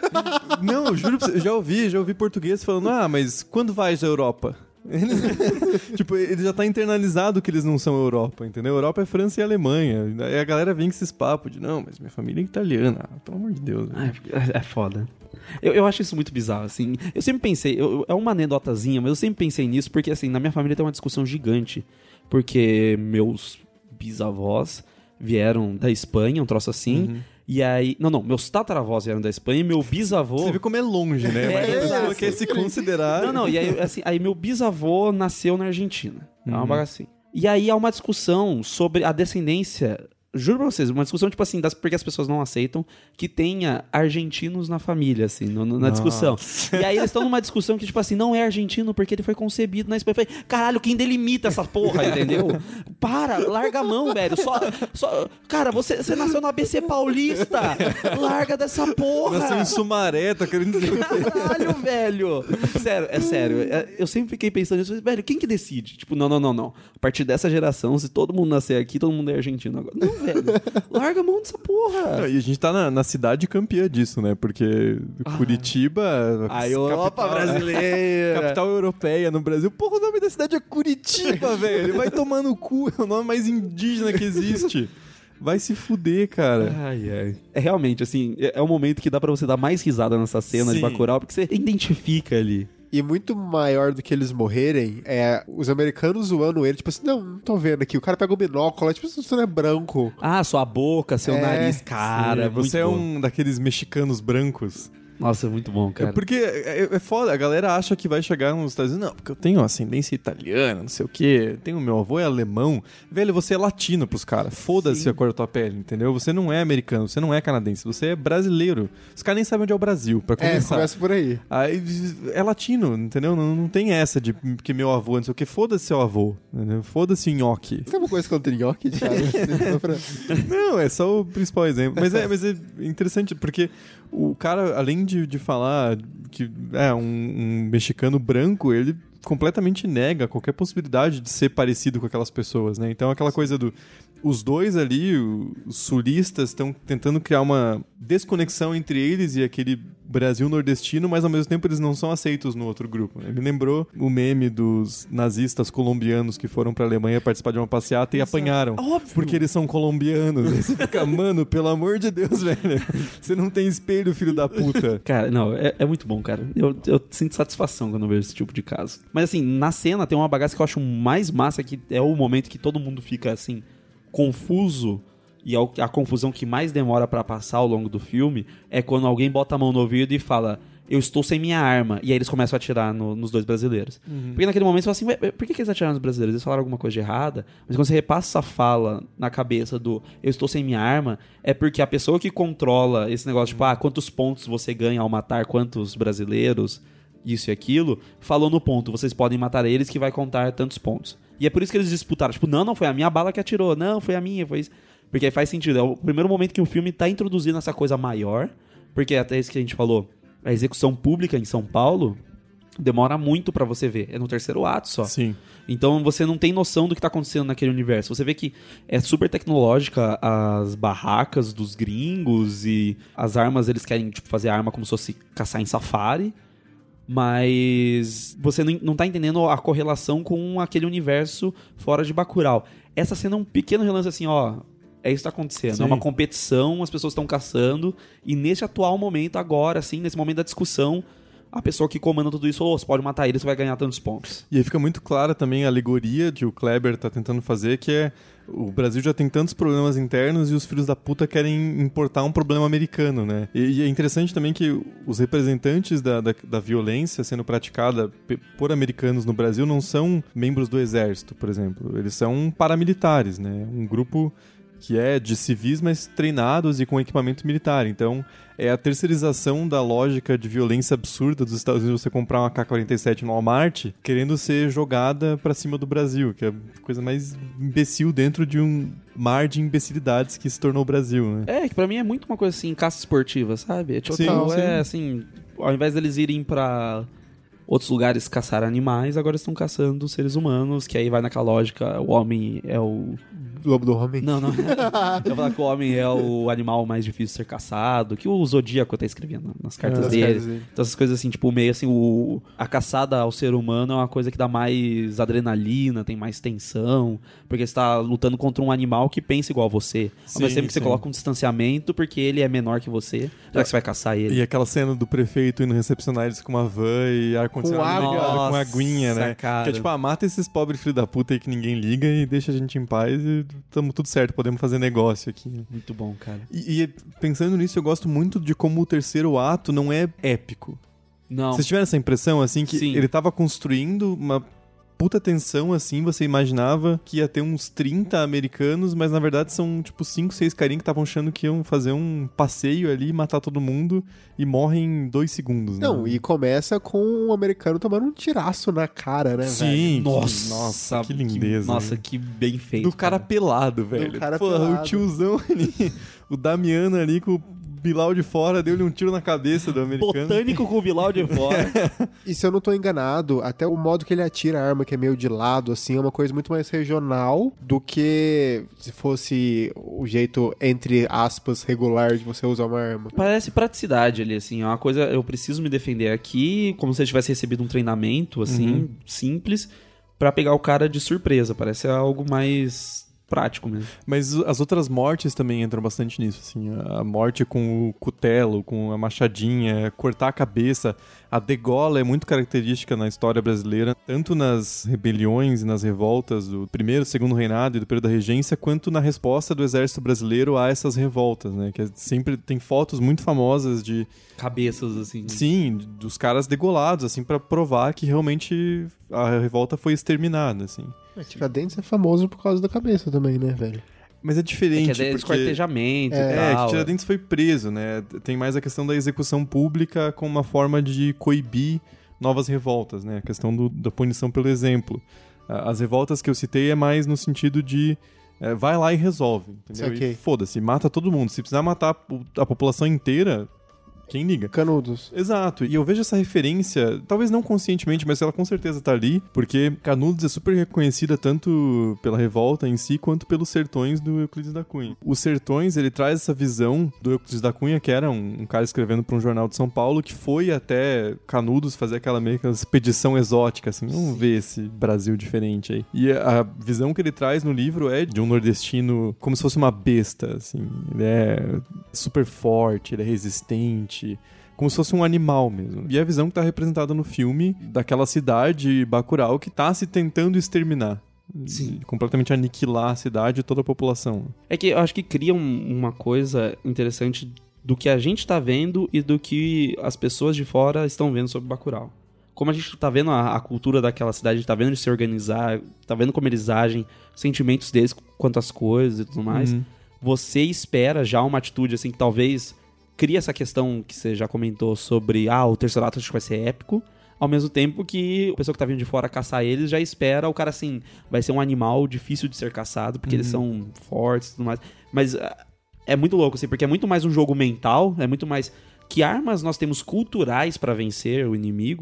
Não, eu juro pra você, eu já ouvi, já ouvi português falando, ah, mas quando vai à Europa? Eles, tipo, ele já tá internalizado que eles não são Europa, entendeu? Europa é França e Alemanha. Aí a galera vem com esses papos de, não, mas minha família é italiana. Ah, pelo amor de Deus. Né? É, é foda. Eu, eu acho isso muito bizarro, assim. Eu sempre pensei, eu, é uma anedotazinha, mas eu sempre pensei nisso porque, assim, na minha família tem uma discussão gigante. Porque meus bisavós vieram da Espanha, um troço assim. Uhum. E aí... Não, não. Meus tataravós vieram da Espanha e meu bisavô... Você vê como é longe, né? Mas É, a pessoa exato. quer se considerar... Não, não. E aí, assim, aí meu bisavô nasceu na Argentina. É uma Uhum. bagacinha. E aí há uma discussão sobre a descendência... Juro pra vocês, uma discussão, tipo assim, das, porque as pessoas não aceitam que tenha argentinos na família, assim, no, no, na discussão. E aí eles estão numa discussão que, tipo assim, não é argentino porque ele foi concebido na Espanha. Eu falei, caralho, quem delimita essa porra, entendeu? Para, larga a mão, velho. Só, só, cara, você, você nasceu na A B C Paulista. Larga dessa porra. Nasceu em Sumaré, tá querendo dizer... Caralho, velho. Sério, é sério. É, eu sempre fiquei pensando nisso. Velho, quem que decide? Tipo, não, não, não, não. A partir dessa geração, se todo mundo nascer aqui, todo mundo é argentino agora. Não, velho. Larga a mão dessa porra. Não, e a gente tá na, na cidade campeã disso, né? Porque Ah. Curitiba... A Europa capital- brasileira. Capital europeia no Brasil. Porra, o nome da cidade é Curitiba, velho. Vai tomar no cu. É o nome mais indígena que existe. Vai se fuder, cara. Ai, ai. É realmente, assim, é, é um momento que dá pra você dar mais risada nessa cena de Sim. Bacurau, porque você identifica ali. E muito maior do que eles morrerem é os americanos zoando ele, tipo assim, não, não tô vendo aqui. O cara pega o binóculo, tipo, você não é branco. Ah, sua boca, seu É, nariz, cara. Sim, você é muito bom. um daqueles mexicanos brancos. Nossa, é muito bom, cara. É porque é, é foda, a galera acha que vai chegar nos Estados Unidos, não, porque eu tenho ascendência italiana, não sei o quê, tenho meu avô é alemão. Velho, você é latino pros caras, foda-se a cor da tua pele, entendeu? Você não é americano, você não é canadense, você é brasileiro. Os caras nem sabem onde é o Brasil, pra É, começar. começa por aí. Aí é latino, entendeu? Não, não tem essa de que meu avô, não sei o que, foda-se seu avô, entendeu? Foda-se o nhoque. Tem uma coisa contra nhoque, Thiago? Não, é só o principal exemplo. Mas é, mas é interessante, porque o cara, além de, de falar que é um, um mexicano branco, ele completamente nega qualquer possibilidade de ser parecido com aquelas pessoas, né? Então aquela coisa do... Os dois ali, os sulistas, estão tentando criar uma desconexão entre eles e aquele Brasil nordestino, mas ao mesmo tempo eles não são aceitos no outro grupo. Ele me lembrou o meme dos nazistas colombianos que foram pra Alemanha participar de uma passeata e apanharam. Óbvio. Porque eles são colombianos. Aí você fica, mano, pelo amor de Deus, velho. Você não tem espelho, filho da puta. Cara, não, é, é muito bom, cara. Eu, eu sinto satisfação quando eu vejo esse tipo de caso. Mas assim, na cena tem uma bagaça que eu acho mais massa, que é o momento que todo mundo fica assim, confuso. E a, a confusão que mais demora pra passar ao longo do filme é quando alguém bota a mão no ouvido e fala, eu estou sem minha arma. E aí eles começam a atirar no, nos dois brasileiros. Uhum. Porque naquele momento você fala assim, por que, que eles atiraram nos brasileiros? Eles falaram alguma coisa de errada? Mas quando você repassa essa fala na cabeça do eu estou sem minha arma, é porque a pessoa que controla esse negócio, tipo, ah, quantos pontos você ganha ao matar quantos brasileiros, isso e aquilo, falou no ponto, vocês podem matar eles que vai contar tantos pontos. E é por isso que eles disputaram, tipo, não, não, foi a minha bala que atirou, não, foi a minha, foi isso. Porque aí faz sentido, é o primeiro momento que o filme tá introduzindo essa coisa maior, porque até isso que a gente falou, a execução pública em São Paulo demora muito pra você ver. É no terceiro ato só. Sim. Então você não tem noção do que tá acontecendo naquele universo. Você vê que é super tecnológica as barracas dos gringos e as armas, eles querem tipo, fazer arma como se fosse caçar em safari. Mas você não, não tá entendendo a correlação com aquele universo fora de Bacurau. Essa cena é um pequeno relance assim, ó... É isso que tá acontecendo. Sim. É uma competição, as pessoas estão caçando. E nesse atual momento, agora, assim, nesse momento da discussão, a pessoa que comanda tudo isso, oh, você pode matar ele, você vai ganhar tantos pontos. E aí fica muito clara também a alegoria que o Kleber tá tentando fazer, que é o Brasil já tem tantos problemas internos e os filhos da puta querem importar um problema americano, né? E, e é interessante também que os representantes da, da, da violência sendo praticada por americanos no Brasil não são membros do exército, por exemplo. Eles são paramilitares, né? Um grupo que é de civis, mas treinados e com equipamento militar. Então, é a terceirização da lógica de violência absurda dos Estados Unidos, você comprar uma A K quarenta e sete no Walmart, querendo ser jogada pra cima do Brasil, que é a coisa mais imbecil dentro de um mar de imbecilidades que se tornou o Brasil, né? É, que pra mim é muito uma coisa assim, caça esportiva, sabe? É total, Sim, sim. é assim, ao invés deles irem pra outros lugares caçar animais, agora estão caçando seres humanos, que aí vai naquela lógica, o homem é o... Lobo do homem. Não, não. Eu falar que o homem é o animal mais difícil de ser caçado, que o Zodíaco tá escrevendo nas cartas Nas dele. cartas dele. Então essas coisas assim, tipo, meio assim, o, a caçada ao ser humano é uma coisa que dá mais adrenalina, tem mais tensão, porque você tá lutando contra um animal que pensa igual a você. Ao Sim, mesmo tempo que você sim. coloca um distanciamento, porque ele é menor que você, já que você vai caçar ele. E aquela cena do prefeito indo recepcionar eles com uma van e ar-condicionado Com ligado, água. com aguinha, né? Nossa, cara. Que é tipo, ah, mata esses pobres filhos da puta aí que ninguém liga e deixa a gente em paz e tamo tudo certo, podemos fazer negócio aqui. Muito bom, cara. E, e pensando nisso, eu gosto muito de como o terceiro ato não é épico. Não. Vocês tiveram essa impressão, assim, que Sim. ele tava construindo uma puta tensão, assim, você imaginava que ia ter uns trinta americanos, mas na verdade são, tipo, cinco, seis carinhas que estavam achando que iam fazer um passeio ali, matar todo mundo e morrem em dois segundos, né? Não, e começa com um americano tomando um tiraço na cara, né, velho? Sim, Nossa, que, nossa, que lindeza. nossa, né? que bem feito. Do cara pelado, velho. cara Porra, pelado. o tiozão ali, o Damiano ali com o Bilal de fora, deu-lhe um tiro na cabeça do americano. Botânico com o Bilal de fora. E se eu não tô enganado, até o modo que ele atira a arma, que é meio de lado, assim, é uma coisa muito mais regional do que se fosse o jeito, entre aspas, regular de você usar uma arma. Parece praticidade ali, assim, é uma coisa, eu preciso me defender aqui, como se eu tivesse recebido um treinamento, assim, Uhum. simples, pra pegar o cara de surpresa, parece algo mais prático mesmo. Mas as outras mortes também entram bastante nisso, assim. A morte com o cutelo, com a machadinha, cortar a cabeça. A degola é muito característica na história brasileira, tanto nas rebeliões e nas revoltas do primeiro, segundo reinado e do período da regência, quanto na resposta do exército brasileiro a essas revoltas, né? Que é sempre tem fotos muito famosas de... Cabeças, assim. Sim, dos caras degolados, assim, pra provar que realmente a revolta foi exterminada, assim. Tiradentes é famoso por causa da cabeça também, né, velho? Mas é É diferente, que é de porque... esquartejamento É, e É, tal. que Tiradentes foi preso, né? Tem mais a questão da execução pública como uma forma de coibir novas revoltas, né? A questão do, da punição pelo exemplo. A- As revoltas que eu citei é mais no sentido de é, vai lá e resolve, entendeu? Saquei. E foda-se, mata todo mundo. Se precisar matar a po- a população inteira, quem liga? Canudos. Exato, e eu vejo essa referência, talvez não conscientemente, mas ela com certeza tá ali, porque Canudos é super reconhecida tanto pela revolta em si, quanto pelos sertões do Euclides da Cunha. Os sertões, ele traz essa visão do Euclides da Cunha, que era um, um cara escrevendo para um jornal de São Paulo, que foi até Canudos fazer aquela meio que expedição exótica, assim, vamos ver esse Brasil diferente aí. E a visão que ele traz no livro é de um nordestino como se fosse uma besta, assim, ele é super forte, ele é resistente, como se fosse um animal mesmo. E é a visão que está representada no filme daquela cidade Bacurau que está se tentando exterminar. Sim. Completamente aniquilar a cidade e toda a população. É que eu acho que cria um- uma coisa interessante do que a gente tá vendo e do que as pessoas de fora estão vendo sobre Bacurau. Como a gente tá vendo a, a cultura daquela cidade, a gente tá vendo eles se organizar, tá vendo como eles agem, os sentimentos deles quanto às coisas e tudo mais. Uhum. Você espera já uma atitude assim que talvez cria essa questão que você já comentou sobre, ah, o terceiro ato acho que vai ser épico, ao mesmo tempo que a pessoa que tá vindo de fora caçar eles já espera o cara assim, vai ser um animal difícil de ser caçado, porque eles são fortes e tudo mais. Mas ah, é muito louco, assim, porque é muito mais um jogo mental, é muito mais que armas nós temos culturais pra vencer o inimigo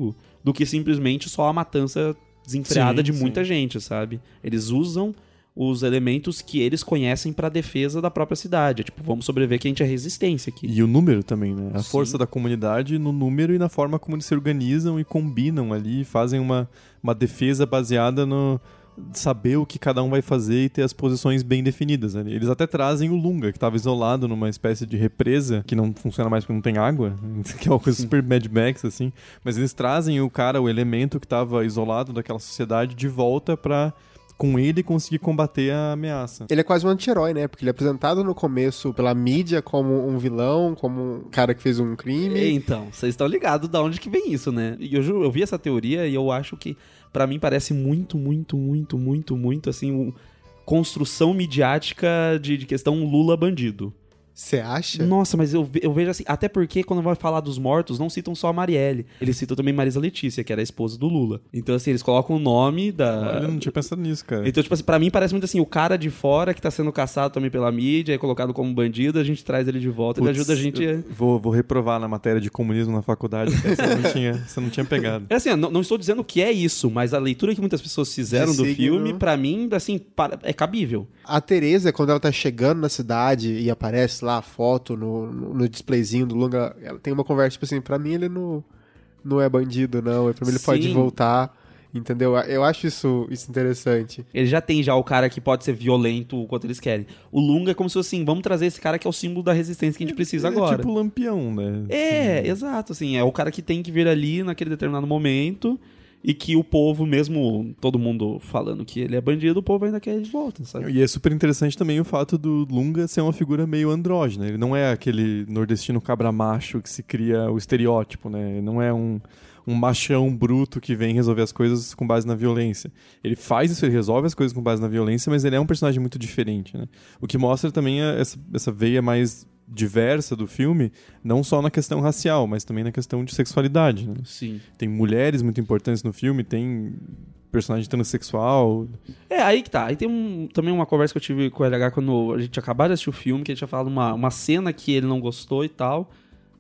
do que simplesmente só a matança desenfreada Sim, de sim. muita gente, sabe? Eles usam os elementos que eles conhecem pra defesa da própria cidade. É tipo, vamos sobreviver que a gente é resistência aqui. E o número também, né? A Sim. força da comunidade no número e na forma como eles se organizam e combinam ali, fazem uma, uma defesa baseada no saber o que cada um vai fazer e ter as posições bem definidas ali. Eles até trazem o Lunga, que estava isolado numa espécie de represa, que não funciona mais porque não tem água, que é uma coisa super Mad Max, assim. Mas eles trazem o cara, o elemento que estava isolado daquela sociedade de volta pra, com ele, conseguir combater a ameaça. Ele é quase um anti-herói, né? Porque ele é apresentado no começo pela mídia como um vilão, como um cara que fez um crime. Então, vocês estão ligados de onde que vem isso, né? E eu, ju- eu vi essa teoria e eu acho que, pra mim, parece muito, muito, muito, muito, muito, assim, um, construção midiática de, de questão Lula bandido. Você acha? Nossa, mas eu, ve- eu vejo assim, até porque quando vai falar dos mortos, não citam só a Marielle. Eles citam também Marisa Letícia, que era a esposa do Lula. Então, assim, eles colocam o nome da... Eu não tinha pensado nisso, cara. Então, tipo assim, pra mim parece muito assim, o cara de fora que tá sendo caçado também pela mídia e colocado como bandido, a gente traz ele de volta, ele Putz, ajuda a gente... a- eu Vou, vou reprovar na matéria de comunismo na faculdade, porque você não tinha, você não tinha pegado. É assim, não, não estou dizendo que é isso, mas a leitura que muitas pessoas fizeram De do signo. filme, pra mim, assim, para- é cabível. A Teresa, quando ela tá chegando na cidade e aparece lá a foto no, no, no displayzinho do Lunga, ela tem uma conversa, tipo assim, pra mim ele não, não é bandido, não. Pra mim ele Sim. pode voltar, entendeu? Eu acho isso, isso interessante. Ele já tem já o cara que pode ser violento o quanto eles querem. O Lunga é como se fosse assim, vamos trazer esse cara que é o símbolo da resistência que a gente precisa Ele agora. É tipo Lampião, né? É, exato, assim, é o cara que tem que vir ali naquele determinado momento e que o povo, mesmo todo mundo falando que ele é bandido, o povo ainda quer ele de volta, sabe? E é super interessante também o fato do Lunga ser uma figura meio andrógena. Ele não é aquele nordestino cabra macho que se cria o estereótipo, né? Ele não é um, um machão bruto que vem resolver as coisas com base na violência. Ele faz isso, ele resolve as coisas com base na violência, mas ele é um personagem muito diferente, né? O que mostra também a- essa, essa veia mais diversa do filme, não só na questão racial, mas também na questão de sexualidade, né? Sim. Tem mulheres muito importantes no filme, tem personagem transexual. É, aí que tá. Aí tem um, também uma conversa que eu tive com o L H quando a gente acabou de assistir o filme, que ele tinha falado uma, uma cena que ele não gostou e tal.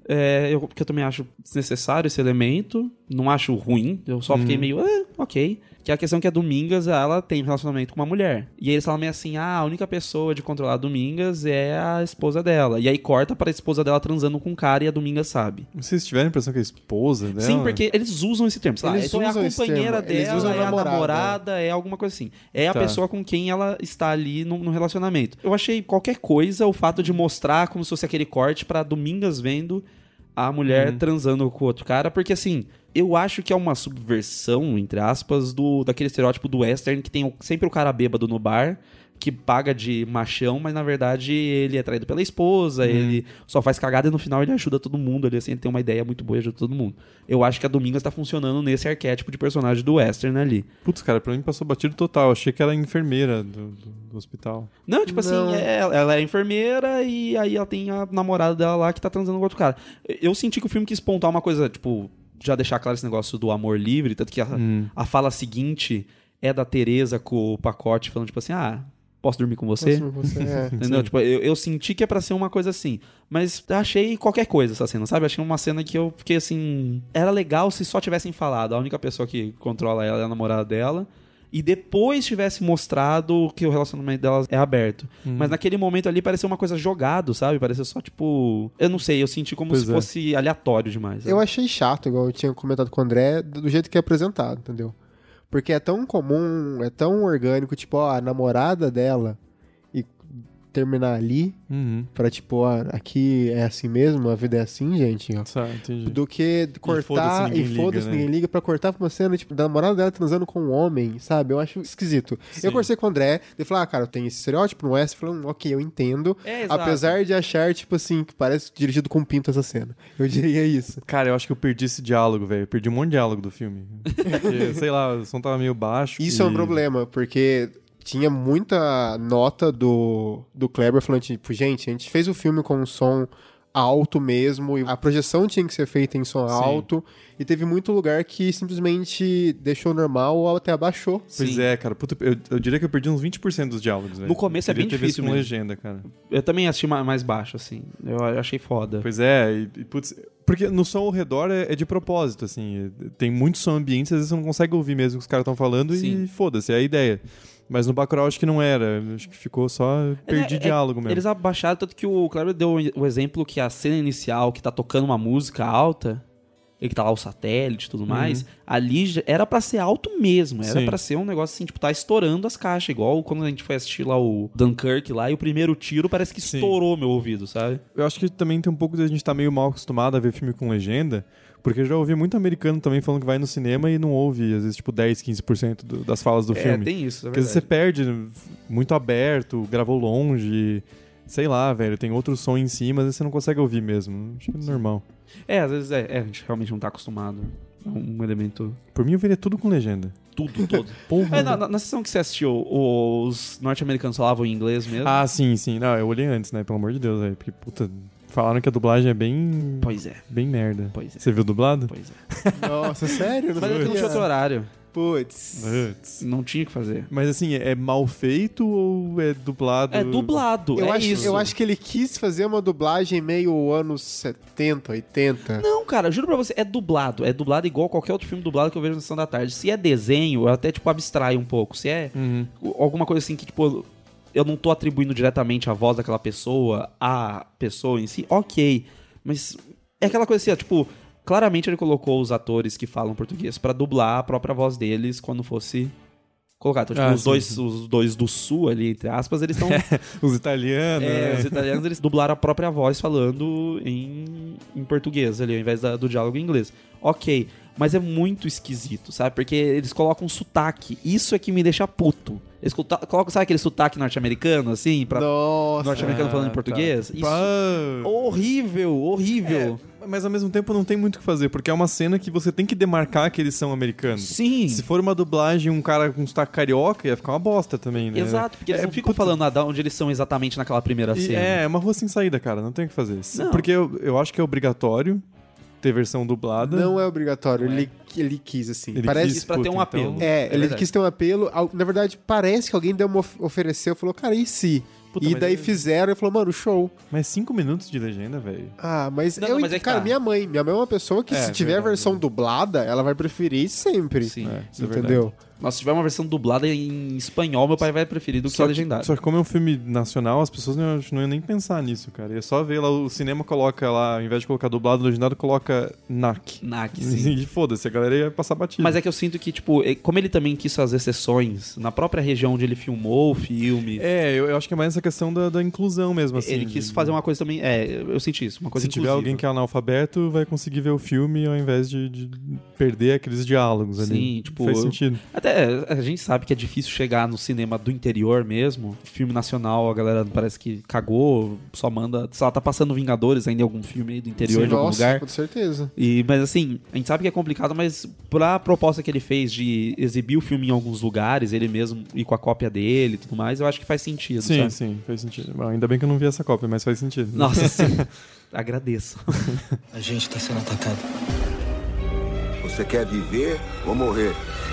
É, eu, porque eu também acho desnecessário esse elemento. Não acho ruim. Eu só fiquei meio, ah, ok. Que é a questão que a Domingas, ela tem um relacionamento com uma mulher. E aí eles falam meio assim, ah, a única pessoa de controlar a Domingas é a esposa dela. E aí corta para a esposa dela transando com um cara e a Domingas sabe. Vocês tiveram a impressão que é a esposa dela? Sim, porque eles usam esse termo. Sei lá, Eles então é a usam esse companheira termo. Eles dela, usam é a namorada. namorada, é alguma coisa assim. É a Tá. pessoa com quem ela está ali no, no relacionamento. Eu achei qualquer coisa o fato de mostrar como se fosse aquele corte pra Domingas vendo a mulher Uhum. transando com o outro cara, porque assim, eu acho que é uma subversão, entre aspas, do daquele estereótipo do western que tem o- sempre o cara bêbado no bar, que paga de machão, mas na verdade ele é traído pela esposa, Uhum. ele só faz cagada e no final ele ajuda todo mundo, ele, assim, ele tem uma ideia muito boa e ajuda todo mundo. Eu acho que a Domingas tá funcionando nesse arquétipo de personagem do western ali. Putz, cara, pra mim passou batido total. Achei que era a enfermeira do, do, do hospital. Não, tipo Não. assim, é- ela é enfermeira e aí ela tem a namorada dela lá que tá transando com outro cara. Eu senti que o filme quis pontuar uma coisa, tipo, já deixar claro esse negócio do amor livre, tanto que a, Hum. a fala seguinte é da Teresa com o pacote falando, tipo assim, ah, posso dormir com você? Nossa, você é- Entendeu? Tipo, eu, eu senti que é pra ser uma coisa assim. Mas achei qualquer coisa essa cena, sabe? Achei uma cena que eu fiquei assim. Era legal se só tivessem falado. A única pessoa que controla ela é a namorada dela. E depois tivesse mostrado que o relacionamento delas é aberto. Hum. Mas naquele momento ali pareceu uma coisa jogado, sabe? Pareceu só tipo. Eu não sei, eu senti como Pois se é. fosse aleatório demais. sabe? Eu achei chato, igual eu tinha comentado com o André, do do jeito que é apresentado, entendeu? Porque é tão comum, é tão orgânico, tipo, ó, a namorada dela e terminar ali Uhum. pra, tipo, ó, aqui é assim mesmo, a vida é assim, gente, ó. Tá, entendi. Do que foda-se, cortar ninguém e liga, foda-se, né? ninguém liga pra cortar pra uma cena, tipo, da namorada dela transando com um homem, sabe? Eu acho esquisito. Sim. Eu conversei com o André, ele falou, ah, cara, tem esse estereótipo, não é? Você falou, hum, ok, eu entendo. É, exato. Apesar de achar, tipo assim, que parece dirigido com pinto essa cena. Eu diria isso. Cara, eu acho que eu perdi esse diálogo, velho. Eu perdi um monte de diálogo do filme. Porque, sei lá, o som tava meio baixo. Isso é um e- problema, porque tinha muita nota do, do Kleber falando, tipo, gente, a gente fez o filme com um som alto mesmo, e a projeção tinha que ser feita em som Sim. alto, e teve muito lugar que simplesmente deixou normal ou até abaixou. Pois Sim. é, cara. Puta, eu, eu diria que eu perdi uns vinte por cento dos diálogos, velho. No começo é Queria bem ter visto difícil com mesmo. legenda, cara. Eu também assisti ma- mais baixo, assim. Eu achei foda. Pois é, e, e putz, Porque no som ao redor é, é de propósito, assim. Tem muito som ambiente, às vezes você não consegue ouvir mesmo o que os caras estão falando. Sim. E foda-se, é a ideia. Mas no Bacurau acho que não era. Acho que ficou só... Perdi É, é, diálogo mesmo. Eles abaixaram, tanto que o Kleber deu o exemplo que a cena inicial, que tá tocando uma música alta, e que tá lá o satélite e tudo mais, ali já- era pra ser alto mesmo. Era Sim. pra ser um negócio assim, tipo, tá estourando as caixas. Igual quando a gente foi assistir lá o Dunkirk lá, e o primeiro tiro parece que Sim. estourou meu ouvido, sabe? Eu acho que também tem um pouco de a gente estar meio mal acostumado a ver filme com legenda, porque eu já ouvi muito americano também falando que vai no cinema e não ouve, às vezes, tipo, dez, quinze por cento do, das falas do É, filme. tem isso, é Porque às vezes você verdade. perde muito aberto, gravou longe, sei lá, velho, tem outro som em cima, às vezes você não consegue ouvir mesmo. Acho que é normal. É, às vezes é, é, a gente realmente não tá acostumado. É um elemento... Por mim, eu veria tudo com legenda. Tudo, todo. Porra. É, na, na, na sessão que você assistiu, os norte-americanos falavam em inglês mesmo? Ah, sim, sim. Não, eu olhei antes, né? Pelo amor de Deus, velho. Porque, puta, falaram que a dublagem é bem... Pois é, Bem merda. pois é. Você viu dublado? Pois é. Nossa, sério? Não Mas é que não tinha outro horário. Putz. Putz. Não tinha o que fazer. Mas assim, é mal feito ou é dublado? É dublado, Eu, é acho, isso. eu acho que ele quis fazer uma dublagem meio anos setenta, oitenta. Não, cara, eu juro pra você, é dublado. É dublado igual qualquer outro filme dublado que eu vejo na Sessão da Tarde. Se é desenho, eu até, tipo, abstraio um pouco. Se é Uhum. alguma coisa assim que, tipo, eu não tô atribuindo diretamente a voz daquela pessoa à pessoa em si, ok. Mas é aquela coisa assim, ó, tipo... Claramente ele colocou os atores que falam português pra dublar a própria voz deles quando fosse colocar. Então, tipo, Ah, os, sim, dois, sim. os dois do sul ali, entre aspas, eles estão... Os italianos, É, né? os italianos, eles dublaram a própria voz falando em, em português ali, ao invés da- do diálogo em inglês. Ok, mas é muito esquisito, sabe? Porque eles colocam sotaque. Isso é que me deixa puto. Eles cota- colocam, sabe aquele sotaque norte-americano, assim? Pra Nossa. norte-americano falando em Ah, português? tá. Isso... Ah. Horrível, horrível. É, mas ao mesmo tempo não tem muito o que fazer, porque é uma cena que você tem que demarcar que eles são americanos. Sim. Se for uma dublagem, um cara com sotaque carioca, ia ficar uma bosta também, né? Exato, porque eles É, não ficam puta, falando nada onde eles são exatamente naquela primeira e cena. É, é uma rua sem saída, cara, não tem o que fazer. Não. Porque eu, eu acho que é obrigatório ter versão dublada. Não é obrigatório, Não é. ele, ele quis, assim. Ele parece... quis, pra ter um puta, apelo. então- É, ele verdade. quis ter um apelo. Al- Na verdade, parece que alguém deu uma of- ofereceu, falou, cara, e se? Puta, e mas daí é- fizeram e falou, mano, show. Mas cinco minutos de legenda, velho. Ah, mas Não, eu, não, mas é que cara, tá. minha mãe, minha mãe é uma pessoa que É, se tiver verdade, a versão né? dublada, ela vai preferir sempre. Sim. É, isso é Entendeu? verdade. Nossa, se tiver uma versão dublada em espanhol, meu pai vai preferir do que Só a que, legendada. só que como é um filme nacional, as pessoas não, não iam nem pensar nisso, cara. É só ver lá, o cinema coloca lá, ao invés de colocar dublado, legendado, coloca N A C. N A C, sim. E foda-se, a galera ia passar batida. Mas é que eu sinto que, tipo, eh, como ele também quis fazer sessões na própria região onde ele filmou o filme, É, eu, eu acho que é mais essa questão da, da inclusão mesmo, assim. ele quis de- fazer uma coisa também. É, eu senti isso, uma coisa Se tiver inclusiva. alguém que é analfabeto, vai conseguir ver o filme ao invés de, de perder aqueles diálogos ali. Sim, tipo, Faz eu- sentido. Até a gente sabe que é difícil chegar no cinema do interior mesmo. Filme nacional, a galera parece que cagou, só manda. Sei lá, tá passando Vingadores ainda em algum filme aí do interior Sim, de algum nossa, lugar. com certeza. E, mas assim, a gente sabe que é complicado, mas pra proposta que ele fez de exibir o filme em alguns lugares, ele mesmo ir com a cópia dele e tudo mais, eu acho que faz sentido. Sim, sabe? sim, faz sentido. Bom, ainda bem que eu não vi essa cópia, mas faz sentido. Nossa, sim. Agradeço. A gente tá sendo atacado. Você quer viver ou morrer?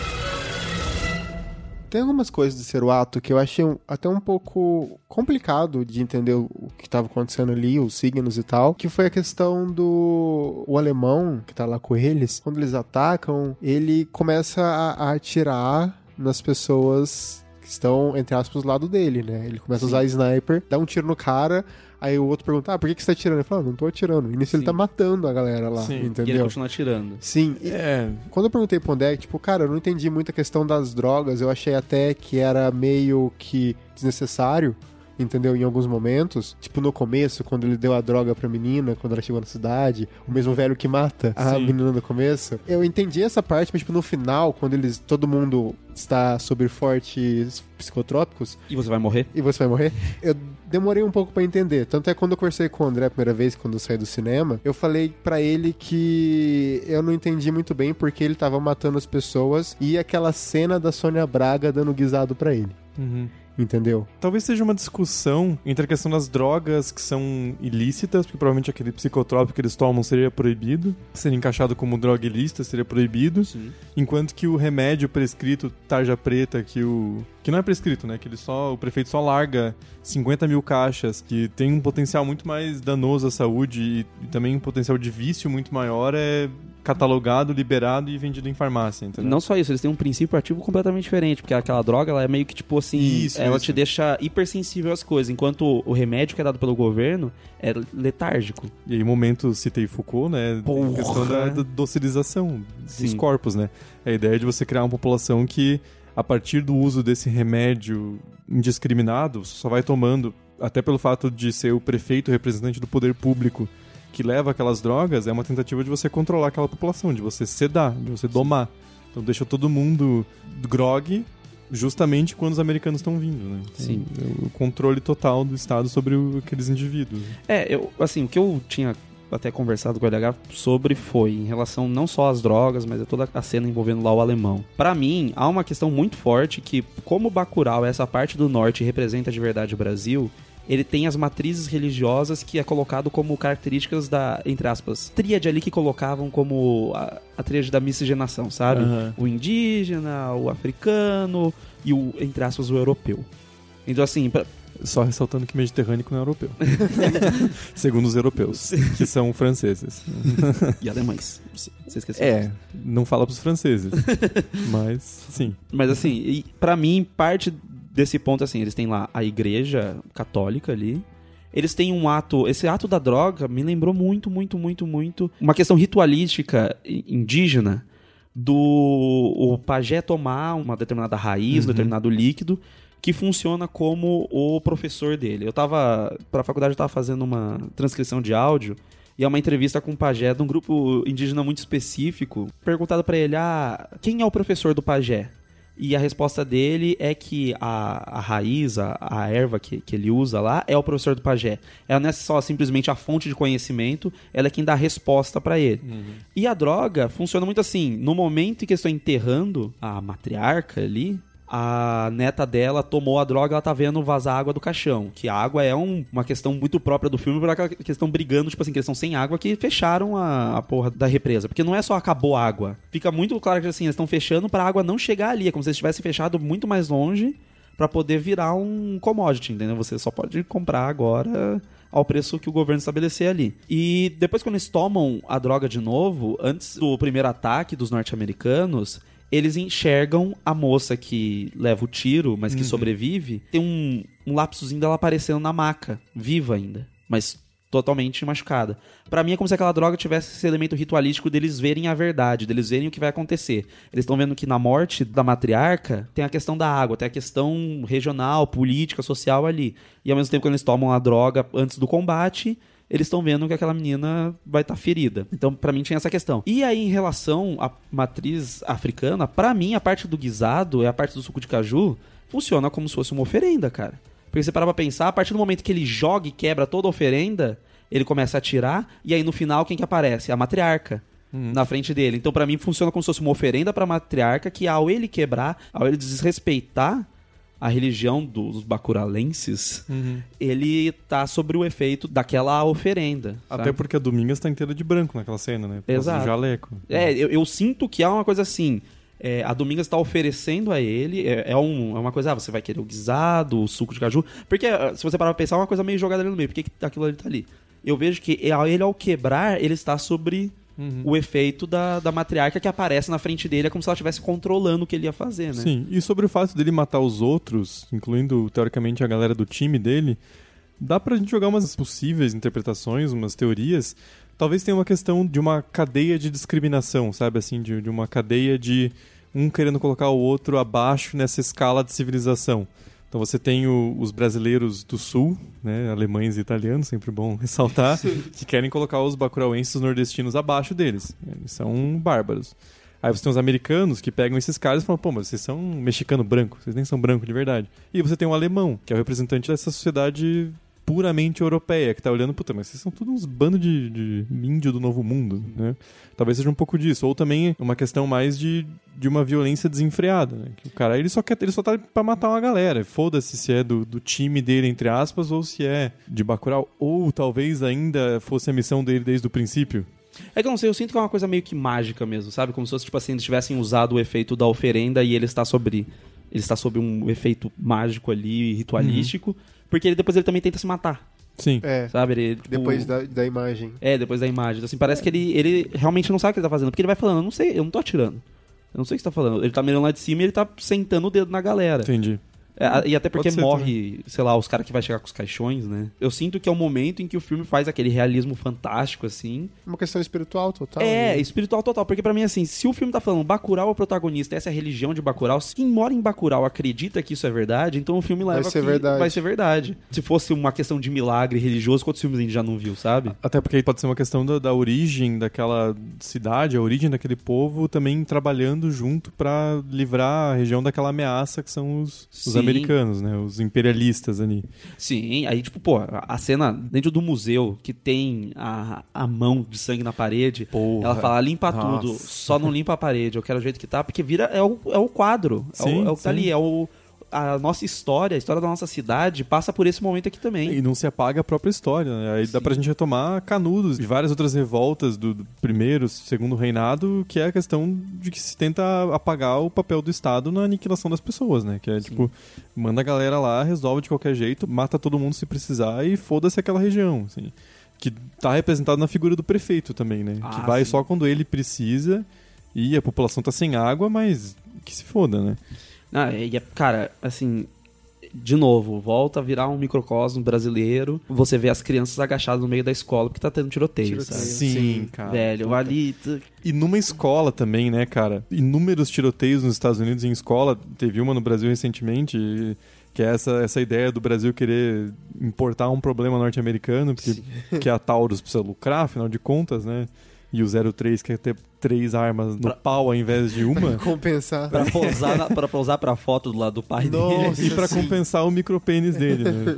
Tem algumas coisas do Ser o Ato que eu achei um- até um pouco complicado de entender o, o que estava acontecendo ali, os signos e tal, que foi a questão do o alemão que tá lá com eles, quando eles atacam, ele começa a, a atirar nas pessoas que estão, entre aspas, do lado dele, né? Ele começa a usar sniper, dá um tiro no cara, aí o outro pergunta, ah, por que, que você tá atirando? Ele fala, ah, não tô atirando. E nisso ele Sim. tá matando a galera lá, Sim. E ele entendeu? continua atirando. Sim, e É, quando eu perguntei pro André, tipo, cara, eu não entendi muito a questão das drogas, eu achei até que era meio que desnecessário, entendeu? Em alguns momentos, tipo no começo, quando ele deu a droga pra menina, quando ela chegou na cidade, o mesmo velho que mata a Sim. menina no começo. Eu entendi essa parte, mas tipo no final, quando eles, todo mundo está sob fortes psicotrópicos E você vai morrer? e você vai morrer, eu demorei um pouco pra entender. Tanto é que quando eu conversei com o André a primeira vez, quando eu saí do cinema, eu falei pra ele que eu não entendi muito bem porque ele tava matando as pessoas e aquela cena da Sônia Braga dando guisado pra ele. uhum. Entendeu? Talvez seja uma discussão entre a questão das drogas que são ilícitas, porque provavelmente aquele psicotrópico que eles tomam seria proibido, seria encaixado como droga ilícita, seria proibido, Sim. enquanto que o remédio prescrito tarja preta que o que não é prescrito, né? Que ele só, o prefeito só larga cinquenta mil caixas, que tem um potencial muito mais danoso à saúde e, e também um potencial de vício muito maior, é catalogado, liberado e vendido em farmácia, entendeu? Não só isso, eles têm um princípio ativo completamente diferente, porque aquela droga, ela é meio que tipo assim, Isso, ela isso. te deixa hipersensível às coisas, enquanto o remédio que é dado pelo governo é letárgico. E aí, no momento, citei Foucault, né? Porra! A questão da, da docilização dos Sim. corpos, né? A ideia de você criar uma população que, a partir do uso desse remédio indiscriminado, você só vai tomando, até pelo fato de ser o prefeito representante do poder público que leva aquelas drogas, é uma tentativa de você controlar aquela população, de você sedar, de você domar. Então deixa todo mundo grogue justamente quando os americanos estão vindo, né? Então, Sim. o controle total do Estado sobre o, aqueles indivíduos. É, eu, assim, o que eu tinha até conversado com o L H sobre foi em relação não só às drogas, mas a toda a cena envolvendo lá o alemão. Pra mim, há uma questão muito forte que, como Bacurau, essa parte do norte, representa de verdade o Brasil, ele tem as matrizes religiosas que é colocado como características da, entre aspas, tríade ali que colocavam como a, a tríade da miscigenação, sabe? Uhum. O indígena, o africano e o, entre aspas, o europeu. Então, assim, pra, Só ressaltando que Mediterrâneo não é europeu. Segundo os europeus, que são franceses. e alemães. Você esqueceu? É, não fala pros franceses. Mas, sim. Mas assim, e pra mim, parte desse ponto, assim, eles têm lá a igreja católica ali. Eles têm um ato... Esse ato da droga me lembrou muito, muito, muito, muito... Uma questão ritualística indígena do o pajé tomar uma determinada raiz, Uhum. um determinado líquido, que funciona como o professor dele. Eu tava... Pra faculdade eu tava fazendo uma transcrição de áudio e é uma entrevista com um pajé de um grupo indígena muito específico. Perguntado pra ele, ah, quem é o professor do pajé? E a resposta dele é que a, a raiz, a, a erva que, que ele usa lá, é o professor do pajé. Ela não é só simplesmente a fonte de conhecimento, ela é quem dá a resposta pra ele. Uhum. E a droga funciona muito assim, no momento em que eu estou enterrando a matriarca ali, a neta dela tomou a droga, ela tá vendo vazar água do caixão. Que a água é um, uma questão muito própria do filme, por aquela que eles estão brigando, tipo assim, que eles estão sem água, que fecharam a, a porra da represa. Porque não é só acabou a água. Fica muito claro que assim, eles estão fechando pra água não chegar ali. É como se eles tivessem fechado muito mais longe pra poder virar um commodity, entendeu? Você só pode comprar agora ao preço que o governo estabelecer ali. E depois, quando eles tomam a droga de novo, antes do primeiro ataque dos norte-americanos, eles enxergam a moça que leva o tiro, mas que uhum. sobrevive. Tem um, um lapsozinho dela aparecendo na maca, viva ainda, mas totalmente machucada. Pra mim é como se aquela droga tivesse esse elemento ritualístico deles verem a verdade, deles verem o que vai acontecer. Eles estão vendo que na morte da matriarca tem a questão da água, tem a questão regional, política, social ali. E ao mesmo tempo, quando eles tomam a droga antes do combate, eles estão vendo que aquela menina vai estar tá ferida. Então, pra mim, tinha essa questão. E aí, em relação à matriz africana, pra mim, a parte do guisado e a parte do suco de caju funciona como se fosse uma oferenda, cara. Porque você parar pra pensar, a partir do momento que ele joga e quebra toda a oferenda, ele começa a atirar, e aí no final, quem que aparece? A matriarca. Uhum. Na frente dele. Então, pra mim, funciona como se fosse uma oferenda pra matriarca, que ao ele quebrar, ao ele desrespeitar a religião dos bacuralenses, uhum. ele tá sobre o efeito daquela oferenda. Até sabe? porque a Domingas tá inteira de branco naquela cena, né? Por Exato. Do jaleco. É, eu, eu sinto que há uma coisa assim. É, a Domingas tá oferecendo a ele. É, é, um, é uma coisa, ah, você vai querer o guisado, o suco de caju. Porque, se você parar pra pensar, é uma coisa meio jogada ali no meio. Por que, que aquilo ali tá ali? Eu vejo que ele, ao quebrar, ele está sobre uhum. o efeito da, da matriarca que aparece na frente dele. É como se ela estivesse controlando o que ele ia fazer, né? Sim, e sobre o fato dele matar os outros, incluindo, teoricamente, a galera do time dele, dá pra gente jogar umas possíveis interpretações, umas teorias. Talvez tenha uma questão de uma cadeia de discriminação, sabe? Assim, de, de uma cadeia de um querendo colocar o outro abaixo nessa escala de civilização. Então você tem o, os brasileiros do sul, né, alemães e italianos, sempre bom ressaltar, que querem colocar os bacurauenses nordestinos abaixo deles. Eles são bárbaros. Aí você tem os americanos que pegam esses caras e falam, pô, mas vocês são mexicano branco, vocês nem são branco de verdade. E você tem um alemão, que é o representante dessa sociedade puramente europeia, que tá olhando, puta, mas vocês são todos uns bandos de, de índio do novo mundo, né? Talvez seja um pouco disso. Ou também uma questão mais de, de uma violência desenfreada, né? Que o cara, ele só quer, ele só tá pra matar uma galera. Foda-se se é do, do time dele, entre aspas, ou se é de Bacurau. Ou talvez ainda fosse a missão dele desde o princípio. É que eu não sei, eu sinto que é uma coisa meio que mágica mesmo, sabe? Como se fosse, tipo assim, eles tivessem usado o efeito da oferenda e ele está sobre ele está sob um efeito mágico ali, ritualístico, uhum. porque ele, depois ele também tenta se matar. Sim. É, sabe? Ele, tipo, depois da, da imagem. É, depois da imagem. Então, assim, parece é. que ele, ele realmente não sabe o que ele tá fazendo, porque ele vai falando, eu não sei, eu não tô atirando. Eu não sei o que você tá falando. Ele tá mirando lá de cima e ele tá sentando o dedo na galera. Entendi. É, e até porque ser, morre, também. sei lá, os caras que vai chegar com os caixões, né? Eu sinto que é o momento em que o filme faz aquele realismo fantástico, assim. Uma questão espiritual total. É, né? espiritual total. Porque pra mim, assim, se o filme tá falando Bacurau é o protagonista, essa é a religião de Bacurau, se quem mora em Bacurau acredita que isso é verdade, então o filme leva vai ser que verdade. vai ser verdade. Se fosse uma questão de milagre religioso, quantos filmes a gente já não viu, sabe? Até porque pode ser uma questão da, da origem daquela cidade, a origem daquele povo também trabalhando junto pra livrar a região daquela ameaça que são os, os americanos, né? Os imperialistas ali. Sim, aí tipo, pô, a cena dentro do museu que tem a, a mão de sangue na parede, Porra. Ela fala, limpa Nossa. tudo, só não limpa a parede, eu quero o jeito que tá, porque vira, é o, é o quadro, é, Sim, o, é o que tá ali, é o... A nossa história, a história da nossa cidade passa por esse momento aqui também. E não se apaga a própria história, né? Aí Sim. dá pra gente retomar Canudos e várias outras revoltas do, do primeiro, segundo reinado, que é a questão de que se tenta apagar o papel do Estado na aniquilação das pessoas, né? Que é Sim. tipo, manda a galera lá, resolve de qualquer jeito, mata todo mundo se precisar e foda-se aquela região, assim. Que tá representado na figura do prefeito também, né? Ah, que vai sim. só quando ele precisa e a população tá sem água, mas que se foda, né? Ah, e, cara, assim, de novo, volta a virar um microcosmo brasileiro. Você vê as crianças agachadas no meio da escola porque tá tendo tiroteio, Tiroteio. sabe? Sim, Sim, cara. Velho, Puta. ali... E numa escola também, né, cara? Inúmeros tiroteios nos Estados Unidos em escola. Teve uma no Brasil recentemente, que é essa, essa ideia do Brasil querer importar um problema norte-americano, porque que a Taurus precisa lucrar, afinal de contas, né? E o zero três quer ter três armas no pra... pau ao invés de uma. Compensar. Pra pousar, na, pra pousar pra foto do lado do pai Nossa, dele. E pra sim. compensar o micropênis dele, né?